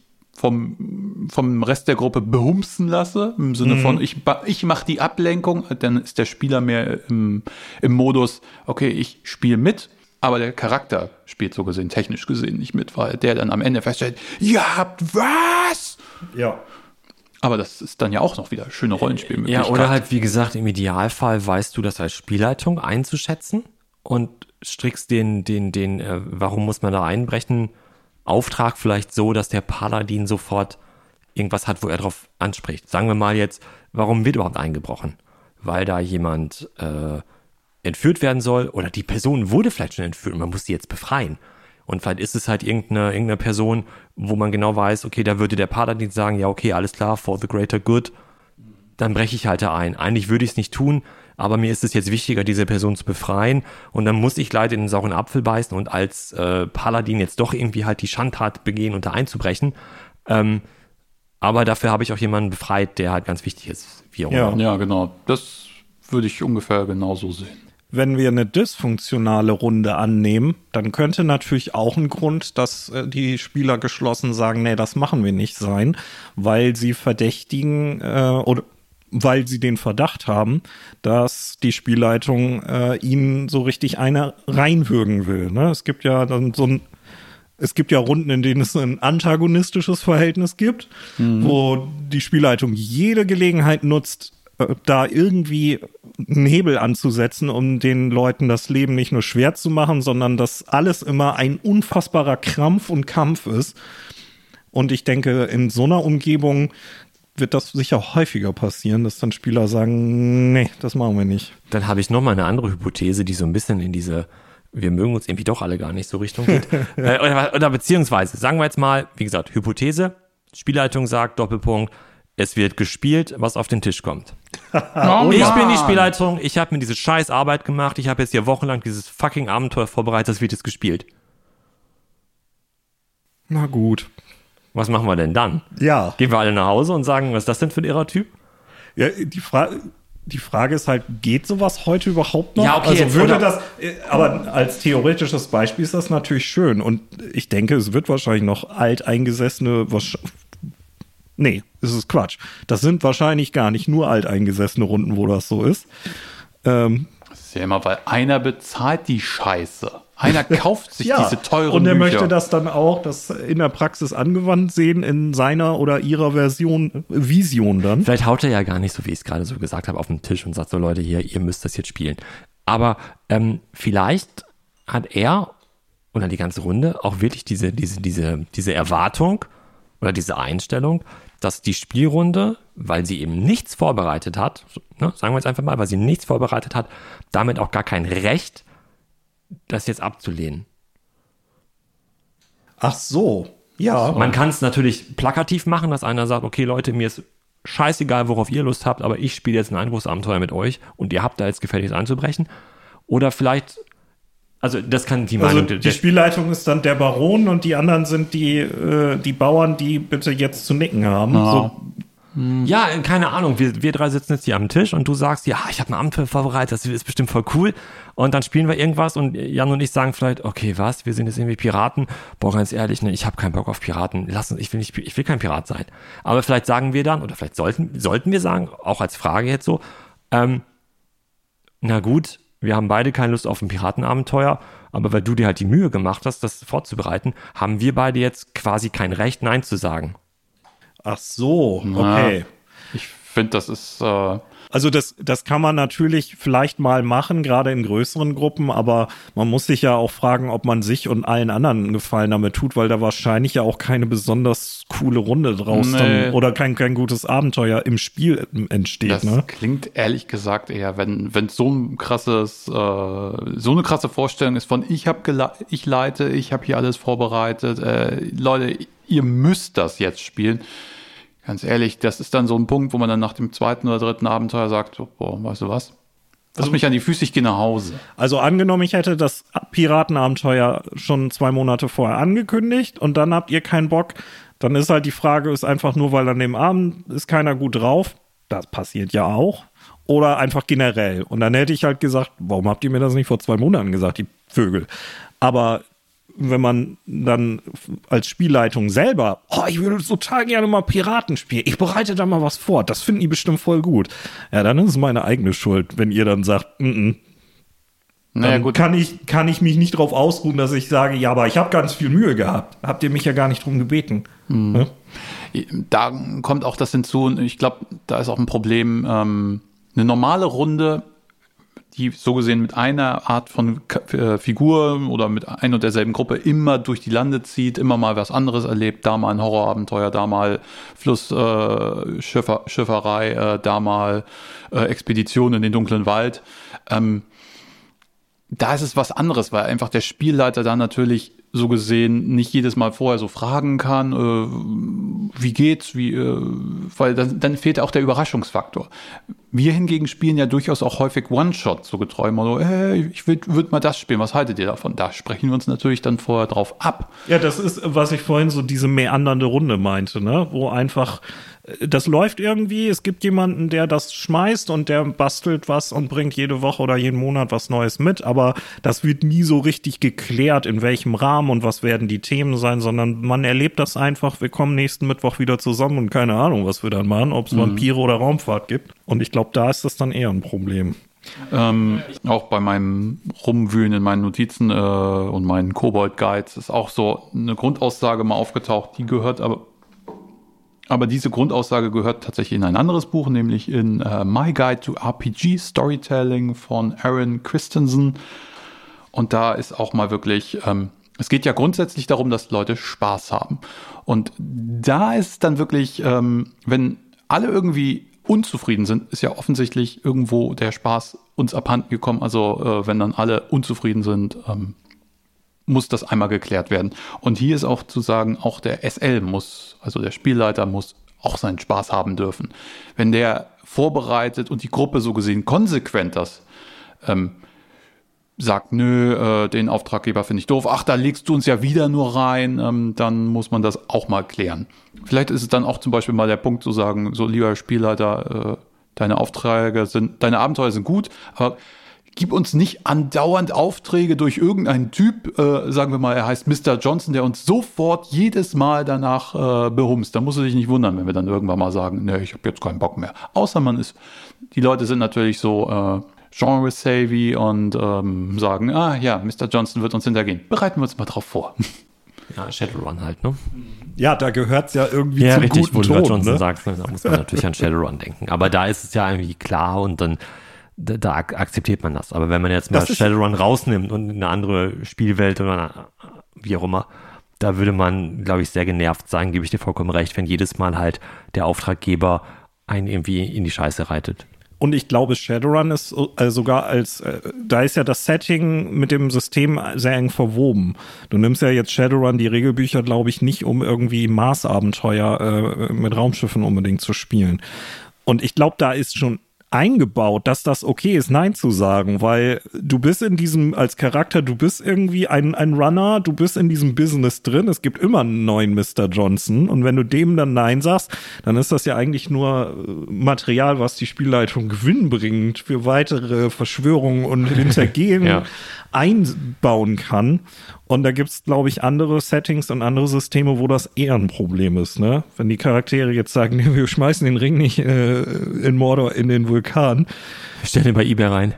vom Rest der Gruppe behumsen lasse, im Sinne von, ich mache die Ablenkung, dann ist der Spieler mehr im Modus, okay, ich spiele mit, aber der Charakter spielt so gesehen, technisch gesehen nicht mit, weil der dann am Ende feststellt, ihr habt was? Ja. Aber das ist dann ja auch noch wieder schöne Rollenspielmöglichkeit. Ja, oder halt, wie gesagt, im Idealfall weißt du das als Spielleitung einzuschätzen und strickst den, warum muss man da einbrechen, Auftrag vielleicht so, dass der Paladin sofort irgendwas hat, wo er drauf anspricht. Sagen wir mal jetzt, warum wird überhaupt eingebrochen? Weil da jemand entführt werden soll oder die Person wurde vielleicht schon entführt und man muss sie jetzt befreien. Und vielleicht ist es halt irgendeine Person, wo man genau weiß, okay, da würde der Paladin sagen, ja okay, alles klar, for the greater good, dann breche ich halt da ein. Eigentlich würde ich es nicht tun, aber mir ist es jetzt wichtiger, diese Person zu befreien und dann muss ich leider in den sauren Apfel beißen und als Paladin jetzt doch irgendwie halt die Schandtat begehen und da einzubrechen. Aber dafür habe ich auch jemanden befreit, der halt ganz wichtig ist. Wie auch immer. Ja, genau. Das würde ich ungefähr genauso sehen. Wenn wir eine dysfunktionale Runde annehmen, dann könnte natürlich auch ein Grund, dass die Spieler geschlossen sagen, nee, das machen wir nicht sein, weil sie verdächtigen oder weil sie den Verdacht haben, dass die Spielleitung ihnen so richtig eine reinwürgen will. Ne? Es gibt ja dann es gibt ja Runden, in denen es ein antagonistisches Verhältnis gibt, wo die Spielleitung jede Gelegenheit nutzt, da irgendwie einen Hebel anzusetzen, um den Leuten das Leben nicht nur schwer zu machen, sondern dass alles immer ein unfassbarer Krampf und Kampf ist. Und ich denke, in so einer Umgebung wird das sicher häufiger passieren, dass dann Spieler sagen, nee, das machen wir nicht. Dann habe ich noch mal eine andere Hypothese, die so ein bisschen in diese wir mögen uns irgendwie doch alle gar nicht so Richtung geht. oder beziehungsweise, sagen wir jetzt mal, wie gesagt, Hypothese, Spielleitung sagt, Doppelpunkt, es wird gespielt, was auf den Tisch kommt. Ich bin die Spielleitung, ich habe mir diese scheiß Arbeit gemacht, ich habe jetzt hier wochenlang dieses fucking Abenteuer vorbereitet, das wird jetzt gespielt. Na gut. Was machen wir denn dann? Ja. Gehen wir alle nach Hause und sagen, was ist das denn für ein Irrer-Typ? Ja, die Frage ist halt, geht sowas heute überhaupt noch? Ja, okay, also würde das, aber als theoretisches Beispiel ist das natürlich schön. Und ich denke, es wird wahrscheinlich noch alteingesessene, nee, das ist Quatsch. Das sind wahrscheinlich gar nicht nur alteingesessene Runden, wo das so ist. Das ist ja immer, weil einer bezahlt die Scheiße. Einer kauft sich diese teuren Bücher. Und er möchte das dann auch, das in der Praxis angewandt sehen, in seiner oder ihrer Vision dann. Vielleicht haut er ja gar nicht, so wie ich es gerade so gesagt habe, auf den Tisch und sagt so, Leute, hier, ihr müsst das jetzt spielen. Aber vielleicht hat er oder die ganze Runde auch wirklich diese Erwartung oder diese Einstellung, dass die Spielrunde, weil sie eben nichts vorbereitet hat, ne, sagen wir jetzt einfach mal, weil sie nichts vorbereitet hat, damit auch gar kein Recht, das jetzt abzulehnen. Ach so, ja. Man kann es natürlich plakativ machen, dass einer sagt, okay Leute, mir ist scheißegal, worauf ihr Lust habt, aber ich spiele jetzt ein Einbruchsabenteuer mit euch und ihr habt da jetzt gefälligst einzubrechen. Oder vielleicht, also das kann die Meinung... Also die Spielleitung ist dann der Baron und die anderen sind die Bauern, die bitte jetzt zu nicken haben. Ja. So, Ja, keine Ahnung, wir drei sitzen jetzt hier am Tisch und du sagst, ja, ich habe ein Abenteuer vorbereitet, das ist bestimmt voll cool. Und dann spielen wir irgendwas und Jan und ich sagen vielleicht, okay, was, wir sind jetzt irgendwie Piraten. Boah, ganz ehrlich, ne, ich habe keinen Bock auf Piraten. Lass uns, ich will kein Pirat sein. Aber vielleicht sagen wir dann, oder vielleicht sollten wir sagen, auch als Frage jetzt so, na gut, wir haben beide keine Lust auf ein Piratenabenteuer, aber weil du dir halt die Mühe gemacht hast, das vorzubereiten, haben wir beide jetzt quasi kein Recht, Nein zu sagen. ach so, okay. Ich finde, das ist... Also das kann man natürlich vielleicht mal machen, gerade in größeren Gruppen, aber man muss sich ja auch fragen, ob man sich und allen anderen einen Gefallen damit tut, weil da wahrscheinlich ja auch keine besonders coole Runde draus dann, oder kein gutes Abenteuer im Spiel entsteht. Das klingt ehrlich gesagt eher, wenn so eine krasse Vorstellung ist von ich leite, ich habe hier alles vorbereitet, Leute, ihr müsst das jetzt spielen. Ganz ehrlich, das ist dann so ein Punkt, wo man dann nach dem zweiten oder dritten Abenteuer sagt, so, boah, weißt du was? Lass mich an die Füße, ich gehe nach Hause. Also angenommen, ich hätte das Piratenabenteuer schon 2 Monate vorher angekündigt und dann habt ihr keinen Bock, dann ist halt die Frage, ist einfach nur, weil an dem Abend ist keiner gut drauf, das passiert ja auch, oder einfach generell. Und dann hätte ich halt gesagt, warum habt ihr mir das nicht vor 2 Monaten gesagt, die Vögel? Aber wenn man dann als Spielleitung selber, ich würde total gerne mal Piraten spielen, ich bereite da mal was vor, das finden die bestimmt voll gut. Ja, dann ist es meine eigene Schuld, wenn ihr dann sagt, Naja, gut. Kann ich mich nicht drauf ausruhen, dass ich sage, ja, aber ich habe ganz viel Mühe gehabt. Habt ihr mich ja gar nicht drum gebeten. Ne? Da kommt auch das hinzu, ich glaube, da ist auch ein Problem, eine normale Runde, die so gesehen mit einer Art von Figur oder mit ein und derselben Gruppe immer durch die Lande zieht, immer mal was anderes erlebt, da mal ein Horrorabenteuer, da mal Flussschifferei, da mal Expedition in den dunklen Wald. Da ist es was anderes, weil einfach der Spielleiter da natürlich so gesehen nicht jedes Mal vorher so fragen kann, wie geht's, weil dann fehlt auch der Überraschungsfaktor. Wir hingegen spielen ja durchaus auch häufig One-Shot, so getreu mal so, ich würde mal das spielen, was haltet ihr davon? Da sprechen wir uns natürlich dann vorher drauf ab. Ja, das ist, was ich vorhin so diese meandernde Runde meinte, ne? Wo einfach, das läuft irgendwie, es gibt jemanden, der das schmeißt und der bastelt was und bringt jede Woche oder jeden Monat was Neues mit, aber das wird nie so richtig geklärt, in welchem Rahmen und was werden die Themen sein, sondern man erlebt das einfach, wir kommen nächsten Mittwoch wieder zusammen und keine Ahnung, was wir dann machen, ob es Vampire oder Raumfahrt gibt. Und ich glaube, da ist das dann eher ein Problem. Auch bei meinem Rumwühlen in meinen Notizen und meinen Kobold-Guides ist auch so eine Grundaussage mal aufgetaucht, die gehört aber diese Grundaussage gehört tatsächlich in ein anderes Buch, nämlich in My Guide to RPG Storytelling von Aaron Christensen. Und da ist auch mal wirklich, es geht ja grundsätzlich darum, dass Leute Spaß haben. Und da ist dann wirklich, wenn alle irgendwie unzufrieden sind, ist ja offensichtlich irgendwo der Spaß uns abhanden gekommen. Also wenn dann alle unzufrieden sind, muss das einmal geklärt werden. Und hier ist auch zu sagen, auch der SL also der Spielleiter muss auch seinen Spaß haben dürfen. Wenn der vorbereitet und die Gruppe so gesehen konsequent das sagt, nö, den Auftraggeber finde ich doof, ach, da legst du uns ja wieder nur rein, dann muss man das auch mal klären. Vielleicht ist es dann auch zum Beispiel mal der Punkt zu sagen, so lieber Spielleiter, deine Abenteuer sind gut, aber gib uns nicht andauernd Aufträge durch irgendeinen Typ, sagen wir mal, er heißt Mr. Johnson, der uns sofort jedes Mal danach behumst. Da musst du dich nicht wundern, wenn wir dann irgendwann mal sagen, nee, ich habe jetzt keinen Bock mehr. Außer die Leute sind natürlich so genre-savvy und sagen, Mr. Johnson wird uns hintergehen. Bereiten wir uns mal drauf vor. Ja, Shadowrun halt, ne? Ja, da gehört's ja irgendwie ja, zum richtig, guten wo du Ton, Johnson ne? sagst, da muss man natürlich an Shadowrun denken. Aber da ist es ja irgendwie klar und dann da akzeptiert man das. Aber wenn man jetzt mal Shadowrun rausnimmt und eine andere Spielwelt oder wie auch immer, Da würde man, glaube ich, sehr genervt sein, gebe ich dir vollkommen recht, wenn jedes Mal halt der Auftraggeber einen irgendwie in die Scheiße reitet. Und ich glaube, Shadowrun ist sogar da ist ja das Setting mit dem System sehr eng verwoben. Du nimmst ja jetzt Shadowrun, die Regelbücher, glaube ich, nicht, um irgendwie Mars-Abenteuer mit Raumschiffen unbedingt zu spielen. Und ich glaube, da ist schon eingebaut, dass das okay ist, Nein zu sagen, weil du bist in diesem, als Charakter, du bist irgendwie ein Runner, du bist in diesem Business drin, es gibt immer einen neuen Mr. Johnson und wenn du dem dann Nein sagst, dann ist das ja eigentlich nur Material, was die Spielleitung gewinnbringend für weitere Verschwörungen und Hintergehen einbauen kann. Und da gibt's, glaube ich, andere Settings und andere Systeme, wo das eher ein Problem ist, ne? Wenn die Charaktere jetzt sagen, nee, wir schmeißen den Ring nicht in Mordor in den Vulkan. Stell den bei eBay rein.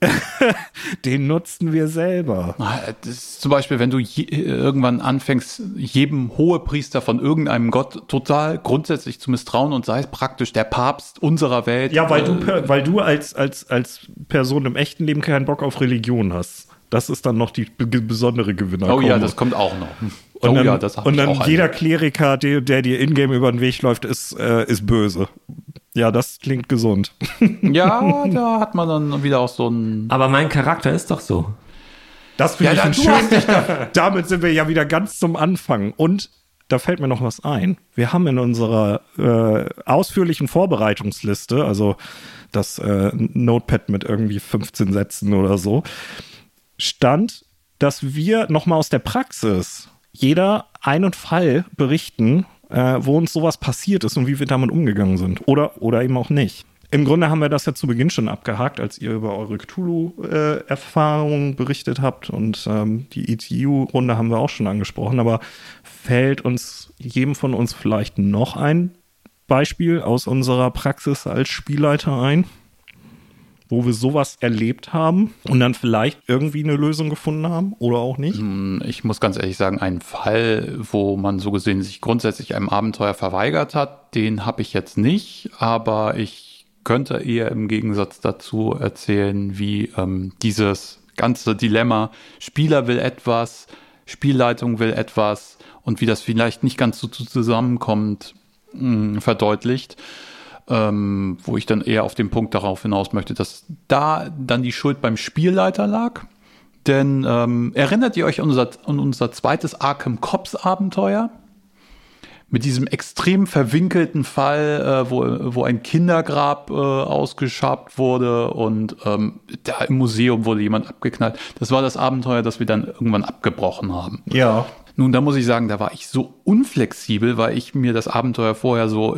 Den nutzen wir selber. Das ist zum Beispiel, wenn du irgendwann anfängst, jedem Hohepriester von irgendeinem Gott total grundsätzlich zu misstrauen und sei es praktisch der Papst unserer Welt. Ja, weil du als Person im echten Leben keinen Bock auf Religion hast. Das ist dann noch die besondere Gewinner. Oh ja, das kommt auch noch. Und dann, ja, das und dann jeder Kleriker, der dir in-game über den Weg läuft, ist böse. Ja, das klingt gesund. Ja, da hat man dann wieder auch so ein... Aber mein Charakter ist doch so. Das finde ich ein schönes. Damit sind wir ja wieder ganz zum Anfang. Und da fällt mir noch was ein. Wir haben in unserer ausführlichen Vorbereitungsliste, also das Notepad mit irgendwie 15 Sätzen oder so, stand, dass wir nochmal aus der Praxis jeder einen Fall berichten, wo uns sowas passiert ist und wie wir damit umgegangen sind. Oder eben auch nicht. Im Grunde haben wir das ja zu Beginn schon abgehakt, als ihr über eure Cthulhu-Erfahrungen berichtet habt und die ETU-Runde haben wir auch schon angesprochen, aber fällt uns jedem von uns vielleicht noch ein Beispiel aus unserer Praxis als Spielleiter ein, wo wir sowas erlebt haben und dann vielleicht irgendwie eine Lösung gefunden haben oder auch nicht? Ich muss ganz ehrlich sagen, einen Fall, wo man so gesehen sich grundsätzlich einem Abenteuer verweigert hat, den habe ich jetzt nicht, aber ich könnte eher im Gegensatz dazu erzählen, wie dieses ganze Dilemma, Spieler will etwas, Spielleitung will etwas und wie das vielleicht nicht ganz so zusammenkommt, verdeutlicht. Wo ich dann eher auf den Punkt darauf hinaus möchte, dass da dann die Schuld beim Spielleiter lag. Denn erinnert ihr euch an unser zweites Arkham Cops Abenteuer? Mit diesem extrem verwinkelten Fall, wo ein Kindergrab ausgeschabt wurde und da im Museum wurde jemand abgeknallt. Das war das Abenteuer, das wir dann irgendwann abgebrochen haben. Ja. Nun, da muss ich sagen, da war ich so unflexibel, weil ich mir das Abenteuer vorher so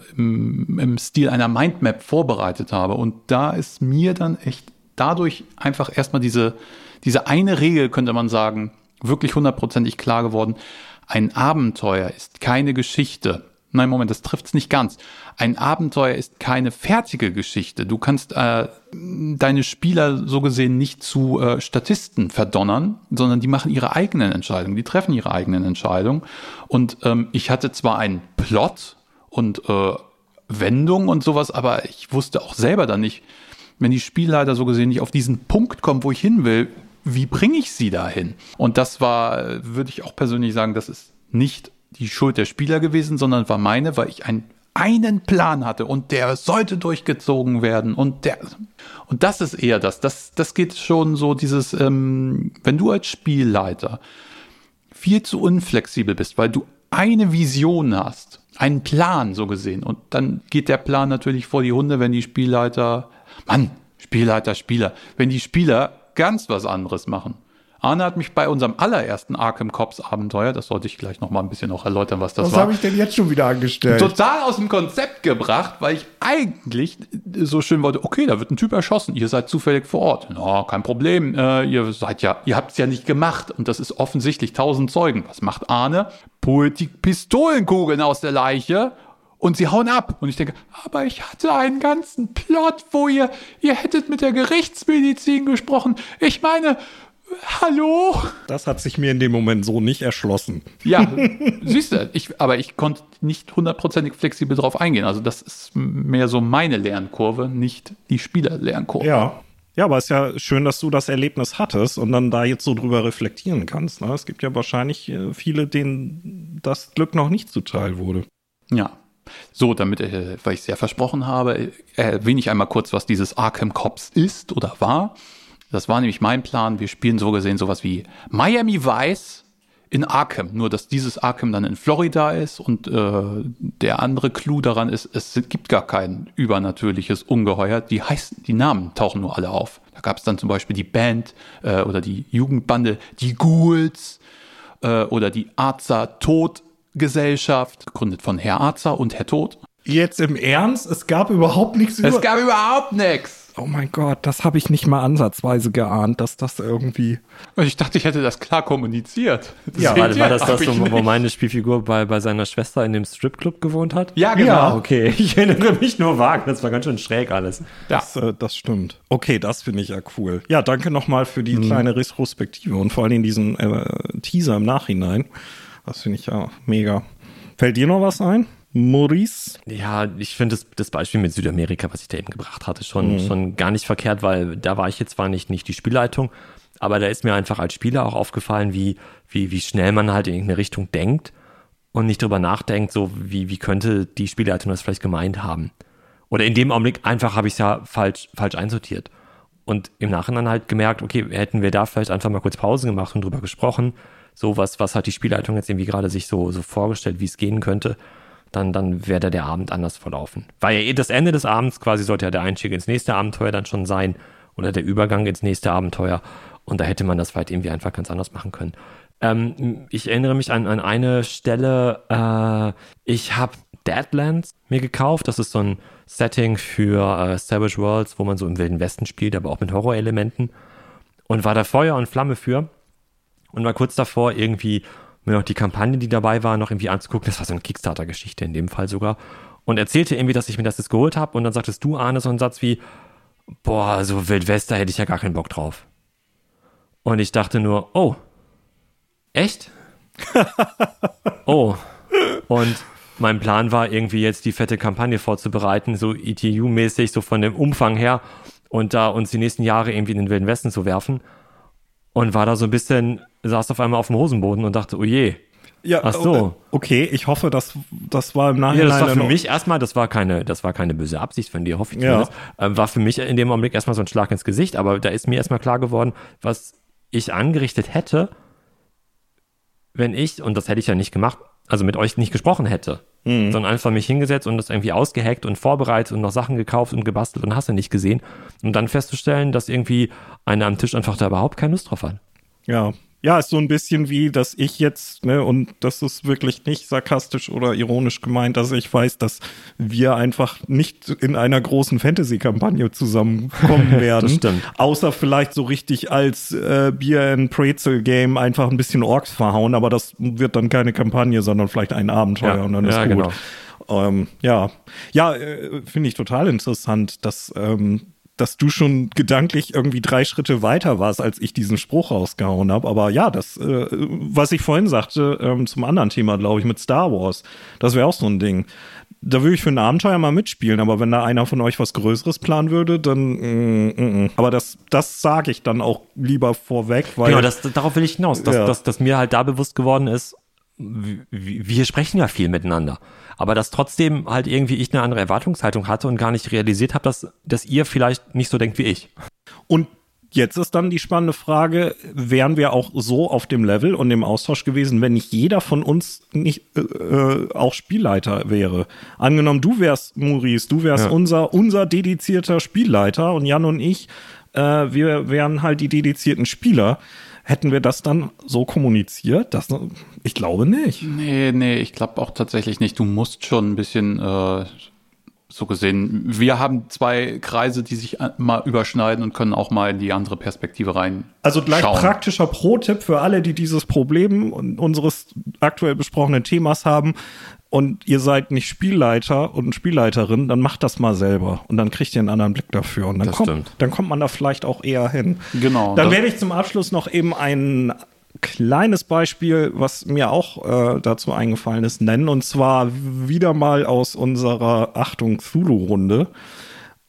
im Stil einer Mindmap vorbereitet habe. Und da ist mir dann echt dadurch einfach erstmal diese eine Regel, könnte man sagen, wirklich 100%ig klar geworden. Ein Abenteuer ist keine Geschichte. Nein, Moment, das trifft's nicht ganz. Ein Abenteuer ist keine fertige Geschichte. Du kannst deine Spieler so gesehen nicht zu Statisten verdonnern, sondern die machen ihre eigenen Entscheidungen, die treffen ihre eigenen Entscheidungen. Und ich hatte zwar einen Plot und Wendung und sowas, aber ich wusste auch selber dann nicht, wenn die Spielleiter so gesehen nicht auf diesen Punkt kommen, wo ich hin will, wie bringe ich sie dahin? Und das war, würde ich auch persönlich sagen, das ist nicht die Schuld der Spieler gewesen, sondern war meine, weil ich einen Plan hatte und der sollte durchgezogen werden und das ist eher das geht schon so dieses, wenn du als Spielleiter viel zu unflexibel bist, weil du eine Vision hast, einen Plan so gesehen und dann geht der Plan natürlich vor die Hunde, wenn die Spielleiter, Spieler, wenn die Spieler ganz was anderes machen. Arne hat mich bei unserem allerersten Arkham Cops Abenteuer, das sollte ich gleich noch mal ein bisschen noch erläutern, was das war. Was habe ich denn jetzt schon wieder angestellt? Total aus dem Konzept gebracht, weil ich eigentlich so schön wollte, okay, da wird ein Typ erschossen, ihr seid zufällig vor Ort. Na, kein Problem, ihr habt es ja nicht gemacht und das ist offensichtlich 1000 Zeugen. Was macht Arne? Holt die Pistolenkugeln aus der Leiche und sie hauen ab. Und ich denke, aber ich hatte einen ganzen Plot, wo ihr hättet mit der Gerichtsmedizin gesprochen. Ich meine, hallo? Das hat sich mir in dem Moment so nicht erschlossen. Ja, siehst du, aber ich konnte nicht 100%ig flexibel drauf eingehen. Also das ist mehr so meine Lernkurve, nicht die Spielerlernkurve. Ja, Ja, aber es ist ja schön, dass du das Erlebnis hattest und dann da jetzt so drüber reflektieren kannst. Ne? Es gibt ja wahrscheinlich viele, denen das Glück noch nicht zuteil wurde. Ja. So, damit, weil ich es ja versprochen habe, erwähne ich einmal kurz, was dieses Arkham Cops ist oder war. Das war nämlich mein Plan. Wir spielen so gesehen sowas wie Miami Vice in Arkham. Nur, dass dieses Arkham dann in Florida ist und der andere Clou daran ist, es gibt gar kein übernatürliches Ungeheuer. Die Namen tauchen nur alle auf. Da gab es dann zum Beispiel die Band oder die Jugendbande, die Ghouls oder die Arzer Tod-Gesellschaft, gegründet von Herr Arzer und Herr Tod. Jetzt im Ernst? Es gab überhaupt nichts Es gab überhaupt nichts. Oh mein Gott, das habe ich nicht mal ansatzweise geahnt, dass das irgendwie... Und ich dachte, ich hätte das klar kommuniziert. Ja, war das wo meine Spielfigur bei seiner Schwester in dem Stripclub gewohnt hat? Ja, genau. Ja, okay. Ich erinnere mich nur vage. Das war ganz schön schräg alles. Ja. Das stimmt. Okay, das finde ich ja cool. Ja, danke nochmal für die kleine Retrospektive und vor allem diesen Teaser im Nachhinein. Das finde ich ja mega. Fällt dir noch was ein, Maurice? Ja, ich finde das Beispiel mit Südamerika, was ich da eben gebracht hatte, schon gar nicht verkehrt, weil da war ich jetzt zwar nicht die Spielleitung, aber da ist mir einfach als Spieler auch aufgefallen, wie schnell man halt in irgendeine Richtung denkt und nicht drüber nachdenkt, so wie könnte die Spielleitung das vielleicht gemeint haben. Oder in dem Augenblick einfach habe ich es ja falsch einsortiert. Und im Nachhinein halt gemerkt, okay, hätten wir da vielleicht einfach mal kurz Pause gemacht und drüber gesprochen, so was hat die Spielleitung jetzt irgendwie gerade sich so vorgestellt, wie es gehen könnte, dann wäre der Abend anders verlaufen. Weil ja das Ende des Abends quasi sollte ja der Einstieg ins nächste Abenteuer dann schon sein oder der Übergang ins nächste Abenteuer und da hätte man das vielleicht irgendwie einfach ganz anders machen können. Ich erinnere mich an eine Stelle, ich habe Deadlands mir gekauft, das ist so ein Setting für Savage Worlds, wo man so im Wilden Westen spielt, aber auch mit Horrorelementen und war da Feuer und Flamme für und war kurz davor irgendwie mir noch die Kampagne, die dabei war, noch irgendwie anzugucken. Das war so eine Kickstarter-Geschichte in dem Fall sogar. Und erzählte irgendwie, dass ich mir das jetzt geholt habe. Und dann sagtest du, Arne, so einen Satz wie, boah, so Wildwest, da hätte ich ja gar keinen Bock drauf. Und ich dachte nur, oh, echt? Oh. Und mein Plan war irgendwie jetzt die fette Kampagne vorzubereiten, so ETU-mäßig, so von dem Umfang her. Und da uns die nächsten Jahre irgendwie in den Wilden Westen zu werfen. Und war da so ein bisschen, saß auf einmal auf dem Hosenboden und dachte, oh je. Ja, ach so. Okay, ich hoffe, das war im Nachhinein. Ja, das war für mich erstmal, das war keine böse Absicht von dir, hoffe ich zumindest. War für mich in dem Augenblick erstmal so ein Schlag ins Gesicht, aber da ist mir erstmal klar geworden, was ich angerichtet hätte, wenn ich, und das hätte ich ja nicht gemacht, also mit euch nicht gesprochen hätte, sondern einfach mich hingesetzt und das irgendwie ausgehackt und vorbereitet und noch Sachen gekauft und gebastelt und hast du nicht gesehen. Und dann festzustellen, dass irgendwie einer am Tisch einfach da überhaupt keine Lust drauf hat. Ja. Ja, ist so ein bisschen wie, dass ich jetzt, ne, und das ist wirklich nicht sarkastisch oder ironisch gemeint, dass ich weiß, dass wir einfach nicht in einer großen Fantasy-Kampagne zusammenkommen werden. Das stimmt. Außer vielleicht so richtig als Beer and Pretzel Game einfach ein bisschen Orks verhauen, aber das wird dann keine Kampagne, sondern vielleicht ein Abenteuer und dann ist gut. Genau. Finde ich total interessant, dass du schon gedanklich irgendwie 3 Schritte weiter warst, als ich diesen Spruch rausgehauen habe. Aber ja, das, was ich vorhin sagte, zum anderen Thema, glaube ich, mit Star Wars, das wäre auch so ein Ding. Da würde ich für ein Abenteuer mal mitspielen, aber wenn da einer von euch was Größeres planen würde, dann Aber das sage ich dann auch lieber vorweg, weil... Genau, darauf will ich hinaus, dass mir halt da bewusst geworden ist, wir sprechen ja viel miteinander, aber dass trotzdem halt irgendwie ich eine andere Erwartungshaltung hatte und gar nicht realisiert habe, dass ihr vielleicht nicht so denkt wie ich. Und jetzt ist dann die spannende Frage, wären wir auch so auf dem Level und im Austausch gewesen, wenn nicht jeder von uns nicht auch Spielleiter wäre? Angenommen, du wärst Maurice, du wärst unser dedizierter Spielleiter und Jan und ich, wir wären halt die dedizierten Spieler. Hätten wir das dann so kommuniziert? Ich glaube nicht. Nee, ich glaube auch tatsächlich nicht. Du musst schon ein bisschen so gesehen. Wir haben 2 Kreise, die sich mal überschneiden und können auch mal in die andere Perspektive rein. Also gleich praktischer Pro-Tipp für alle, die dieses Problem unseres aktuell besprochenen Themas haben. Und ihr seid nicht Spielleiter und Spielleiterin, dann macht das mal selber. Und dann kriegt ihr einen anderen Blick dafür. Und dann kommt man da vielleicht auch eher hin. Genau. Dann werde ich zum Abschluss noch eben ein kleines Beispiel, was mir auch dazu eingefallen ist, nennen. Und zwar wieder mal aus unserer Achtung Cthulhu-Runde.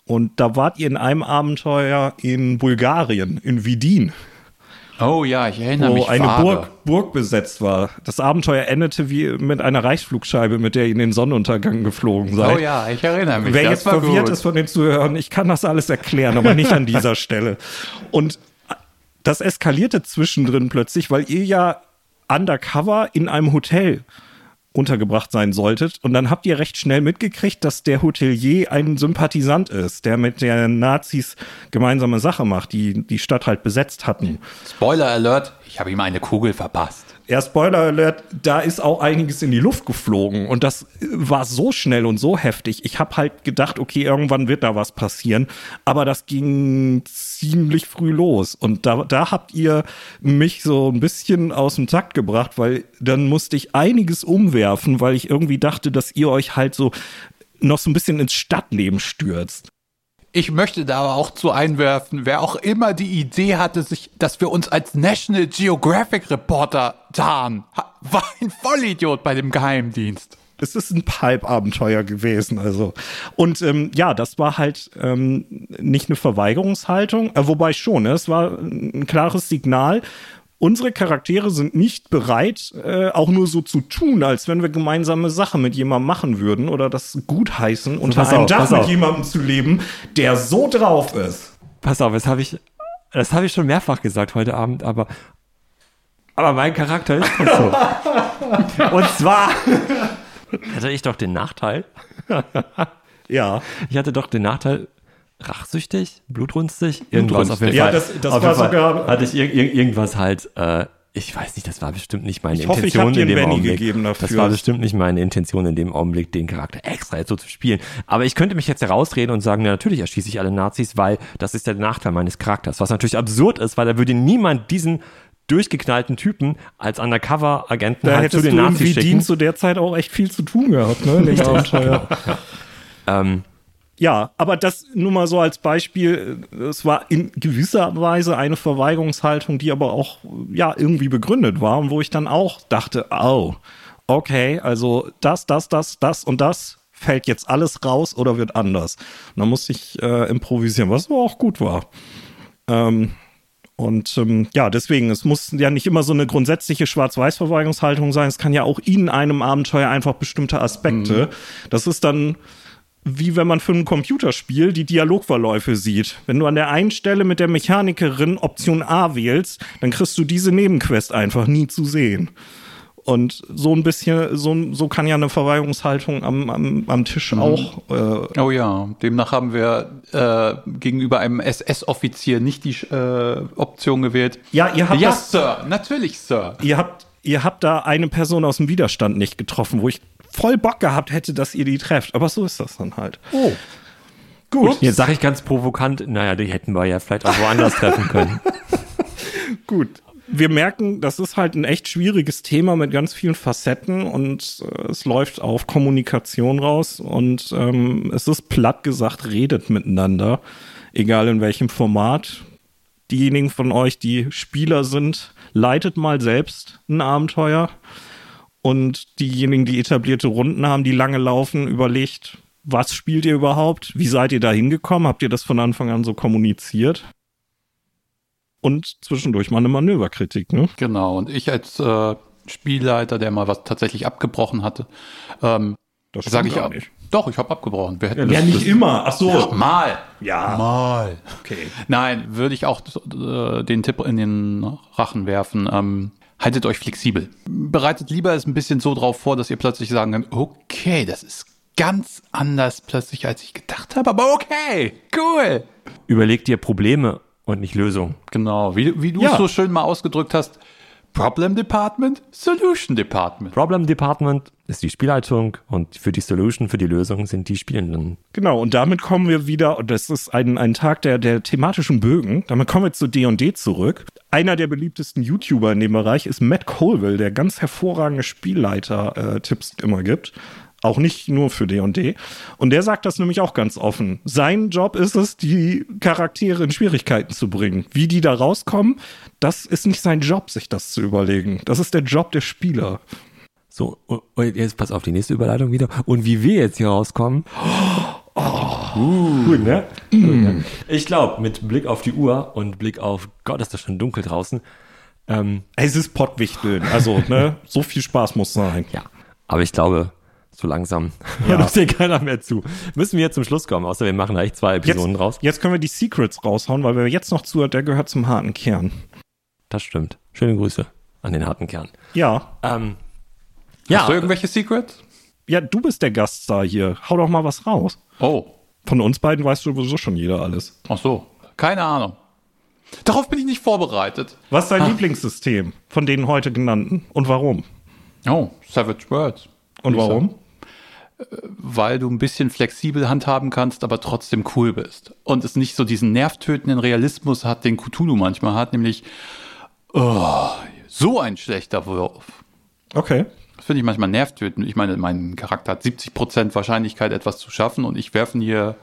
Und da wart ihr in einem Abenteuer in Bulgarien, in Vidin. Oh ja, ich erinnere mich Wo eine vage. Burg besetzt war. Das Abenteuer endete wie mit einer Reichsflugscheibe, mit der ihr in den Sonnenuntergang geflogen seid. Oh ja, ich erinnere mich. Wer das jetzt war verwirrt gut. ist von den Zuhörern, ich kann das alles erklären, aber nicht an dieser Stelle. Und das eskalierte zwischendrin plötzlich, weil ihr ja undercover in einem Hotel untergebracht sein solltet. Und dann habt ihr recht schnell mitgekriegt, dass der Hotelier ein Sympathisant ist, der mit den Nazis gemeinsame Sache macht, die die Stadt halt besetzt hatten. Spoiler Alert, ich habe ihm eine Kugel verpasst. Ja, Spoiler Alert, da ist auch einiges in die Luft geflogen und das war so schnell und so heftig. Ich habe halt gedacht, okay, irgendwann wird da was passieren, aber das ging ziemlich früh los und da habt ihr mich so ein bisschen aus dem Takt gebracht, weil dann musste ich einiges umwerfen, weil ich irgendwie dachte, dass ihr euch halt so noch so ein bisschen ins Stadtleben stürzt. Ich möchte da aber auch zu einwerfen, wer auch immer die Idee hatte, dass wir uns als National Geographic Reporter tarnen, war ein Vollidiot bei dem Geheimdienst. Es ist ein Pulp-Abenteuer gewesen, also. Und ja, das war halt nicht eine Verweigerungshaltung, wobei schon, es war ein klares Signal. Unsere Charaktere sind nicht bereit, auch nur so zu tun, als wenn wir gemeinsame Sache mit jemandem machen würden oder das gutheißen, unter einem Dach mit jemandem zu leben, der so drauf ist. Pass auf, das habe ich schon mehrfach gesagt heute Abend, aber mein Charakter ist nicht so. Und zwar hatte ich doch den Nachteil. Ja. Ich hatte doch den Nachteil, rachsüchtig, blutrünstig, irgendwas auf jeden Ja, Fall. das auf war jeden Fall sogar. hatte ich irgendwas halt, ich weiß nicht, das war bestimmt nicht meine Ich hoffe, ich Intention hab dir in einen dem Benny Augenblick. gegeben dafür. Das war bestimmt nicht meine Intention in dem Augenblick, den Charakter extra jetzt so zu spielen. Aber ich könnte mich jetzt herausreden und sagen, ja, natürlich erschieße ich alle Nazis, weil das ist der Nachteil meines Charakters. Was natürlich absurd ist, weil da würde niemand diesen durchgeknallten Typen als Undercover-Agenten Da halt zu hättest den du Nazis irgendwie schicken. Dienst zu der Zeit auch echt viel zu tun gehabt, ne? In dem Abenteuer. Ja, aber das nur mal so als Beispiel, es war in gewisser Weise eine Verweigerungshaltung, die aber auch ja irgendwie begründet war und wo ich dann auch dachte, oh, okay, also das und das fällt jetzt alles raus oder wird anders. Und dann musste ich improvisieren, was aber auch gut war. Ja, deswegen, es muss ja nicht immer so eine grundsätzliche Schwarz-Weiß-Verweigerungshaltung sein, es kann ja auch in einem Abenteuer einfach bestimmte Aspekte. Das ist dann wie wenn man für ein Computerspiel die Dialogverläufe sieht. Wenn du an der einen Stelle mit der Mechanikerin Option A wählst, dann kriegst du diese Nebenquest einfach nie zu sehen. Und so ein bisschen, so kann ja eine Verweigerungshaltung am Tisch auch. Oh ja, demnach haben wir gegenüber einem SS-Offizier nicht die Option gewählt. Ja, ihr habt ja, das, Sir, natürlich, Sir. ihr habt da eine Person aus dem Widerstand nicht getroffen, wo ich voll Bock gehabt hätte, dass ihr die trefft. Aber so ist das dann halt. Oh. Gut. Jetzt sage ich ganz provokant, naja, die hätten wir ja vielleicht auch woanders treffen können. Gut. Wir merken, das ist halt ein echt schwieriges Thema mit ganz vielen Facetten und es läuft auf Kommunikation raus und es ist platt gesagt, redet miteinander, egal in welchem Format. Diejenigen von euch, die Spieler sind, leitet mal selbst ein Abenteuer und diejenigen, die etablierte Runden haben, die lange laufen, überlegt, was spielt ihr überhaupt? Wie seid ihr da hingekommen? Habt ihr das von Anfang an so kommuniziert? Und zwischendurch mal eine Manöverkritik, ne? Genau, und ich als Spielleiter, der mal was tatsächlich abgebrochen hatte, Das sage ich gar auch nicht. Doch, ich habe abgebrochen. Wir hätten Ja, nicht immer. Ach so. Mal. Ja. Mal. Okay. Nein, würde ich auch den Tipp in den Rachen werfen. Haltet euch flexibel. Bereitet lieber es ein bisschen so drauf vor, dass ihr plötzlich sagen könnt, okay, das ist ganz anders plötzlich, als ich gedacht habe, aber okay, cool. Überleg dir Probleme und nicht Lösungen. Genau, wie du es so schön mal ausgedrückt hast, Problem Department, Solution Department. Problem Department ist die Spielleitung und für die Solution, für die Lösung sind die Spielenden. Genau, und damit kommen wir wieder, und das ist ein Tag der thematischen Bögen, damit kommen wir zu D&D zurück. Einer der beliebtesten YouTuber in dem Bereich ist Matt Colville, der ganz hervorragende Spielleiter-Tipps immer gibt. Auch nicht nur für D&D. Und der sagt das nämlich auch ganz offen. Sein Job ist es, die Charaktere in Schwierigkeiten zu bringen. Wie die da rauskommen, das ist nicht sein Job, sich das zu überlegen. Das ist der Job der Spieler. So, und jetzt pass auf die nächste Überleitung wieder. Und wie wir jetzt hier rauskommen, Gut, ne? Gut, ne? Ich glaube, mit Blick auf die Uhr und Blick auf, Gott, ist das schon dunkel draußen. Es ist Pottwichteln. Also, ne, so viel Spaß muss sein. Ja, aber ich glaube, so langsam hört uns hier keiner mehr zu. Müssen wir jetzt zum Schluss kommen, außer wir machen eigentlich 2 Episoden raus. Jetzt können wir die Secrets raushauen, weil wer jetzt noch zuhört, der gehört zum harten Kern. Das stimmt. Schöne Grüße an den harten Kern. Ja. Hast du irgendwelche Secrets? Ja, du bist der Gaststar hier. Hau doch mal was raus. Oh. Von uns beiden weiß sowieso schon jeder alles. Ach so. Keine Ahnung. Darauf bin ich nicht vorbereitet. Was ist dein Lieblingssystem von den heute genannten und warum? Oh, Savage Worlds. Und warum? Weil du ein bisschen flexibel handhaben kannst, aber trotzdem cool bist. Und es nicht so diesen nervtötenden Realismus hat, den Cthulhu manchmal hat, nämlich so ein schlechter Wurf. Okay. Das finde ich manchmal nervtötend. Ich meine, mein Charakter hat 70% Wahrscheinlichkeit, etwas zu schaffen und ich werfe hier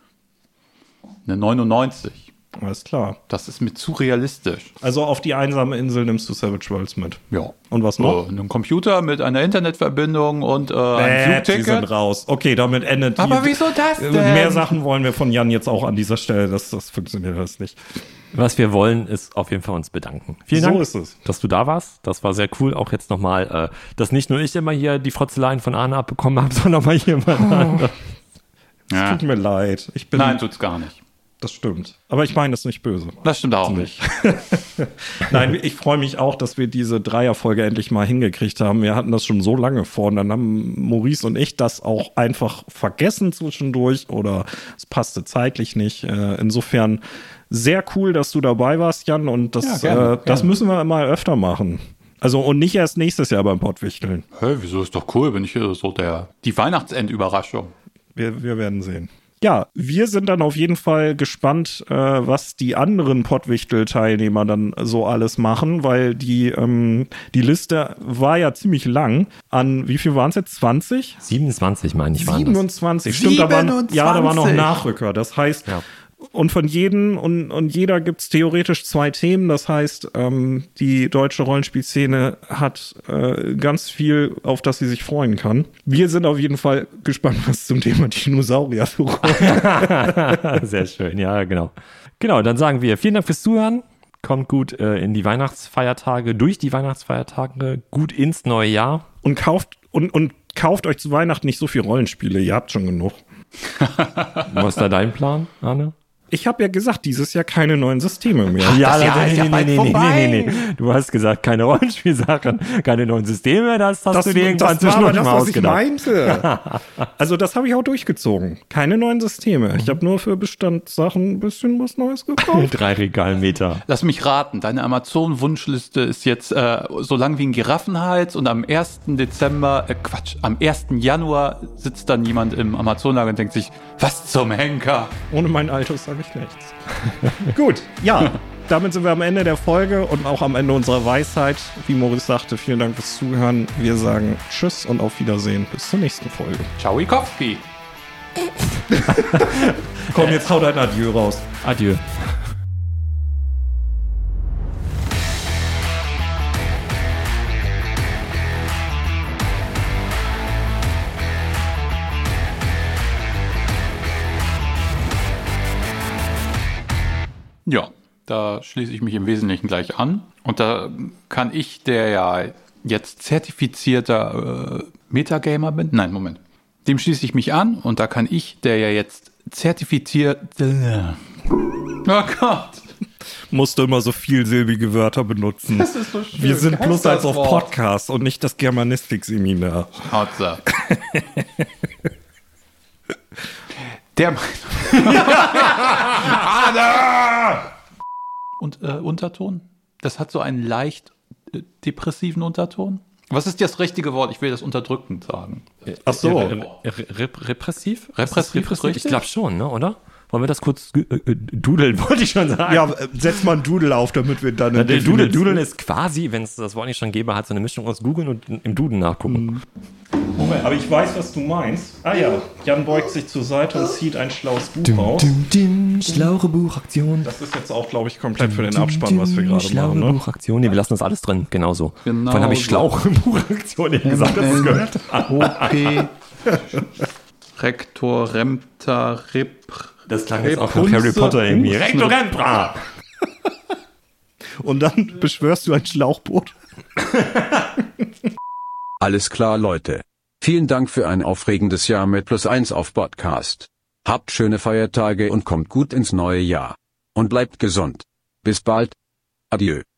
eine 99. Alles klar. Das ist mir zu realistisch. Also auf die einsame Insel nimmst du Savage Worlds mit. Ja. Und was noch? Einen Computer mit einer Internetverbindung und ein Sie sind Flugticket. raus. Okay, damit endet Aber wieso das denn? Mehr Sachen wollen wir von Jan jetzt auch an dieser Stelle. Das funktioniert alles nicht. Was wir wollen, ist auf jeden Fall uns bedanken. Vielen Dank, ist es. dass du da warst. Das war sehr cool. Auch jetzt nochmal, dass nicht nur ich immer hier die Frotzeleien von Arne abbekommen habe, sondern mal jemand anderes. Ja. Tut mir leid. Nein, tut's gar nicht. Das stimmt. Aber ich meine das nicht böse. Das stimmt auch nicht. Nein, ich freue mich auch, dass wir diese Dreierfolge endlich mal hingekriegt haben. Wir hatten das schon so lange vor und dann haben Maurice und ich das auch einfach vergessen zwischendurch oder es passte zeitlich nicht. Insofern sehr cool, dass du dabei warst, Jan, und das, gerne. Das müssen wir mal öfter machen. Also und nicht erst nächstes Jahr beim Pottwichteln. Hey, wieso ist doch cool, bin ich hier so die Weihnachtsendüberraschung. Wir werden sehen. Ja, wir sind dann auf jeden Fall gespannt, was die anderen Pottwichtel-Teilnehmer dann so alles machen, weil die Liste war ja ziemlich lang. An wie viel waren es jetzt? 20? 27, meine ich, waren 27. Stimmt, da waren noch Nachrücker. Das heißt, und von jedem und jeder gibt es theoretisch 2 Themen. Das heißt, die deutsche Rollenspielszene hat ganz viel, auf das sie sich freuen kann. Wir sind auf jeden Fall gespannt, was zum Thema Dinosaurier so kommt. Sehr schön, ja, genau. Genau, dann sagen wir vielen Dank fürs Zuhören. Kommt gut in die Weihnachtsfeiertage, durch die Weihnachtsfeiertage, gut ins neue Jahr. Und kauft euch zu Weihnachten nicht so viel Rollenspiele. Ihr habt schon genug. Was ist da dein Plan, Arne? Ich habe ja gesagt, dieses Jahr keine neuen Systeme mehr. Nee. Du hast gesagt, keine Rollenspielsachen, keine neuen Systeme, das hast du dir irgendwann zwischendurch mal ausgedacht. Das war aber das, was ich meinte. Also das habe ich auch durchgezogen. Keine neuen Systeme. Ich habe nur für Bestandssachen ein bisschen was Neues gekauft. 3 Regalmeter. Lass mich raten, deine Amazon-Wunschliste ist jetzt so lang wie ein Giraffenhals und am 1. am 1. Januar sitzt dann jemand im Amazon-Lager und denkt sich, was zum Henker? Ohne mein Altus sage ich nichts. Gut, ja, damit sind wir am Ende der Folge und auch am Ende unserer Weisheit. Wie Maurice sagte, vielen Dank fürs Zuhören. Wir sagen Tschüss und auf Wiedersehen. Bis zur nächsten Folge. Tschauikowski. Komm, jetzt hau dein Adieu raus. Adieu. Ja, da schließe ich mich im Wesentlichen gleich an. Und da kann ich, der ja jetzt zertifizierter Metagamer bin, nein, Moment, dem schließe ich mich an und da kann ich, der ja jetzt zertifiziert, oh Gott. Musst du immer so vielsilbige Wörter benutzen. Das ist so schön. Wir sind bloß als auf Wort. Podcast und nicht das Germanistik-Seminar. Hautsache. Der Und Unterton? Das hat so einen leicht depressiven Unterton. Was ist das richtige Wort? Ich will das unterdrückend sagen. Ach so. Repressiv? Repressiv ist richtig? Ich glaube schon, ne, oder? Wollen wir das kurz dudeln, wollte ich schon sagen. Ja, setz mal ein Doodle auf, damit wir dann... Dudeln ist quasi, wenn es das Wort nicht schon gäbe, halt so eine Mischung aus Googeln und im Duden nachgucken. Moment, aber ich weiß, was du meinst. Ah ja, Jan beugt sich zur Seite und zieht ein schlaues Buch raus. Schlaue Buchaktion. Das ist jetzt auch, glaube ich, komplett für den Abspann, was wir gerade machen, ne? Buchaktion. Nee, wir lassen das alles drin, genauso. Genau Vorhin habe ich schlauche Buchaktion eben gesagt, das gehört. OP. Rektor, Remter, Das klang jetzt auch nach Harry Potter irgendwie. Rektor Rempra! Und dann beschwörst du ein Schlauchboot. Alles klar, Leute. Vielen Dank für ein aufregendes Jahr mit +1 auf Podcast. Habt schöne Feiertage und kommt gut ins neue Jahr. Und bleibt gesund. Bis bald. Adieu.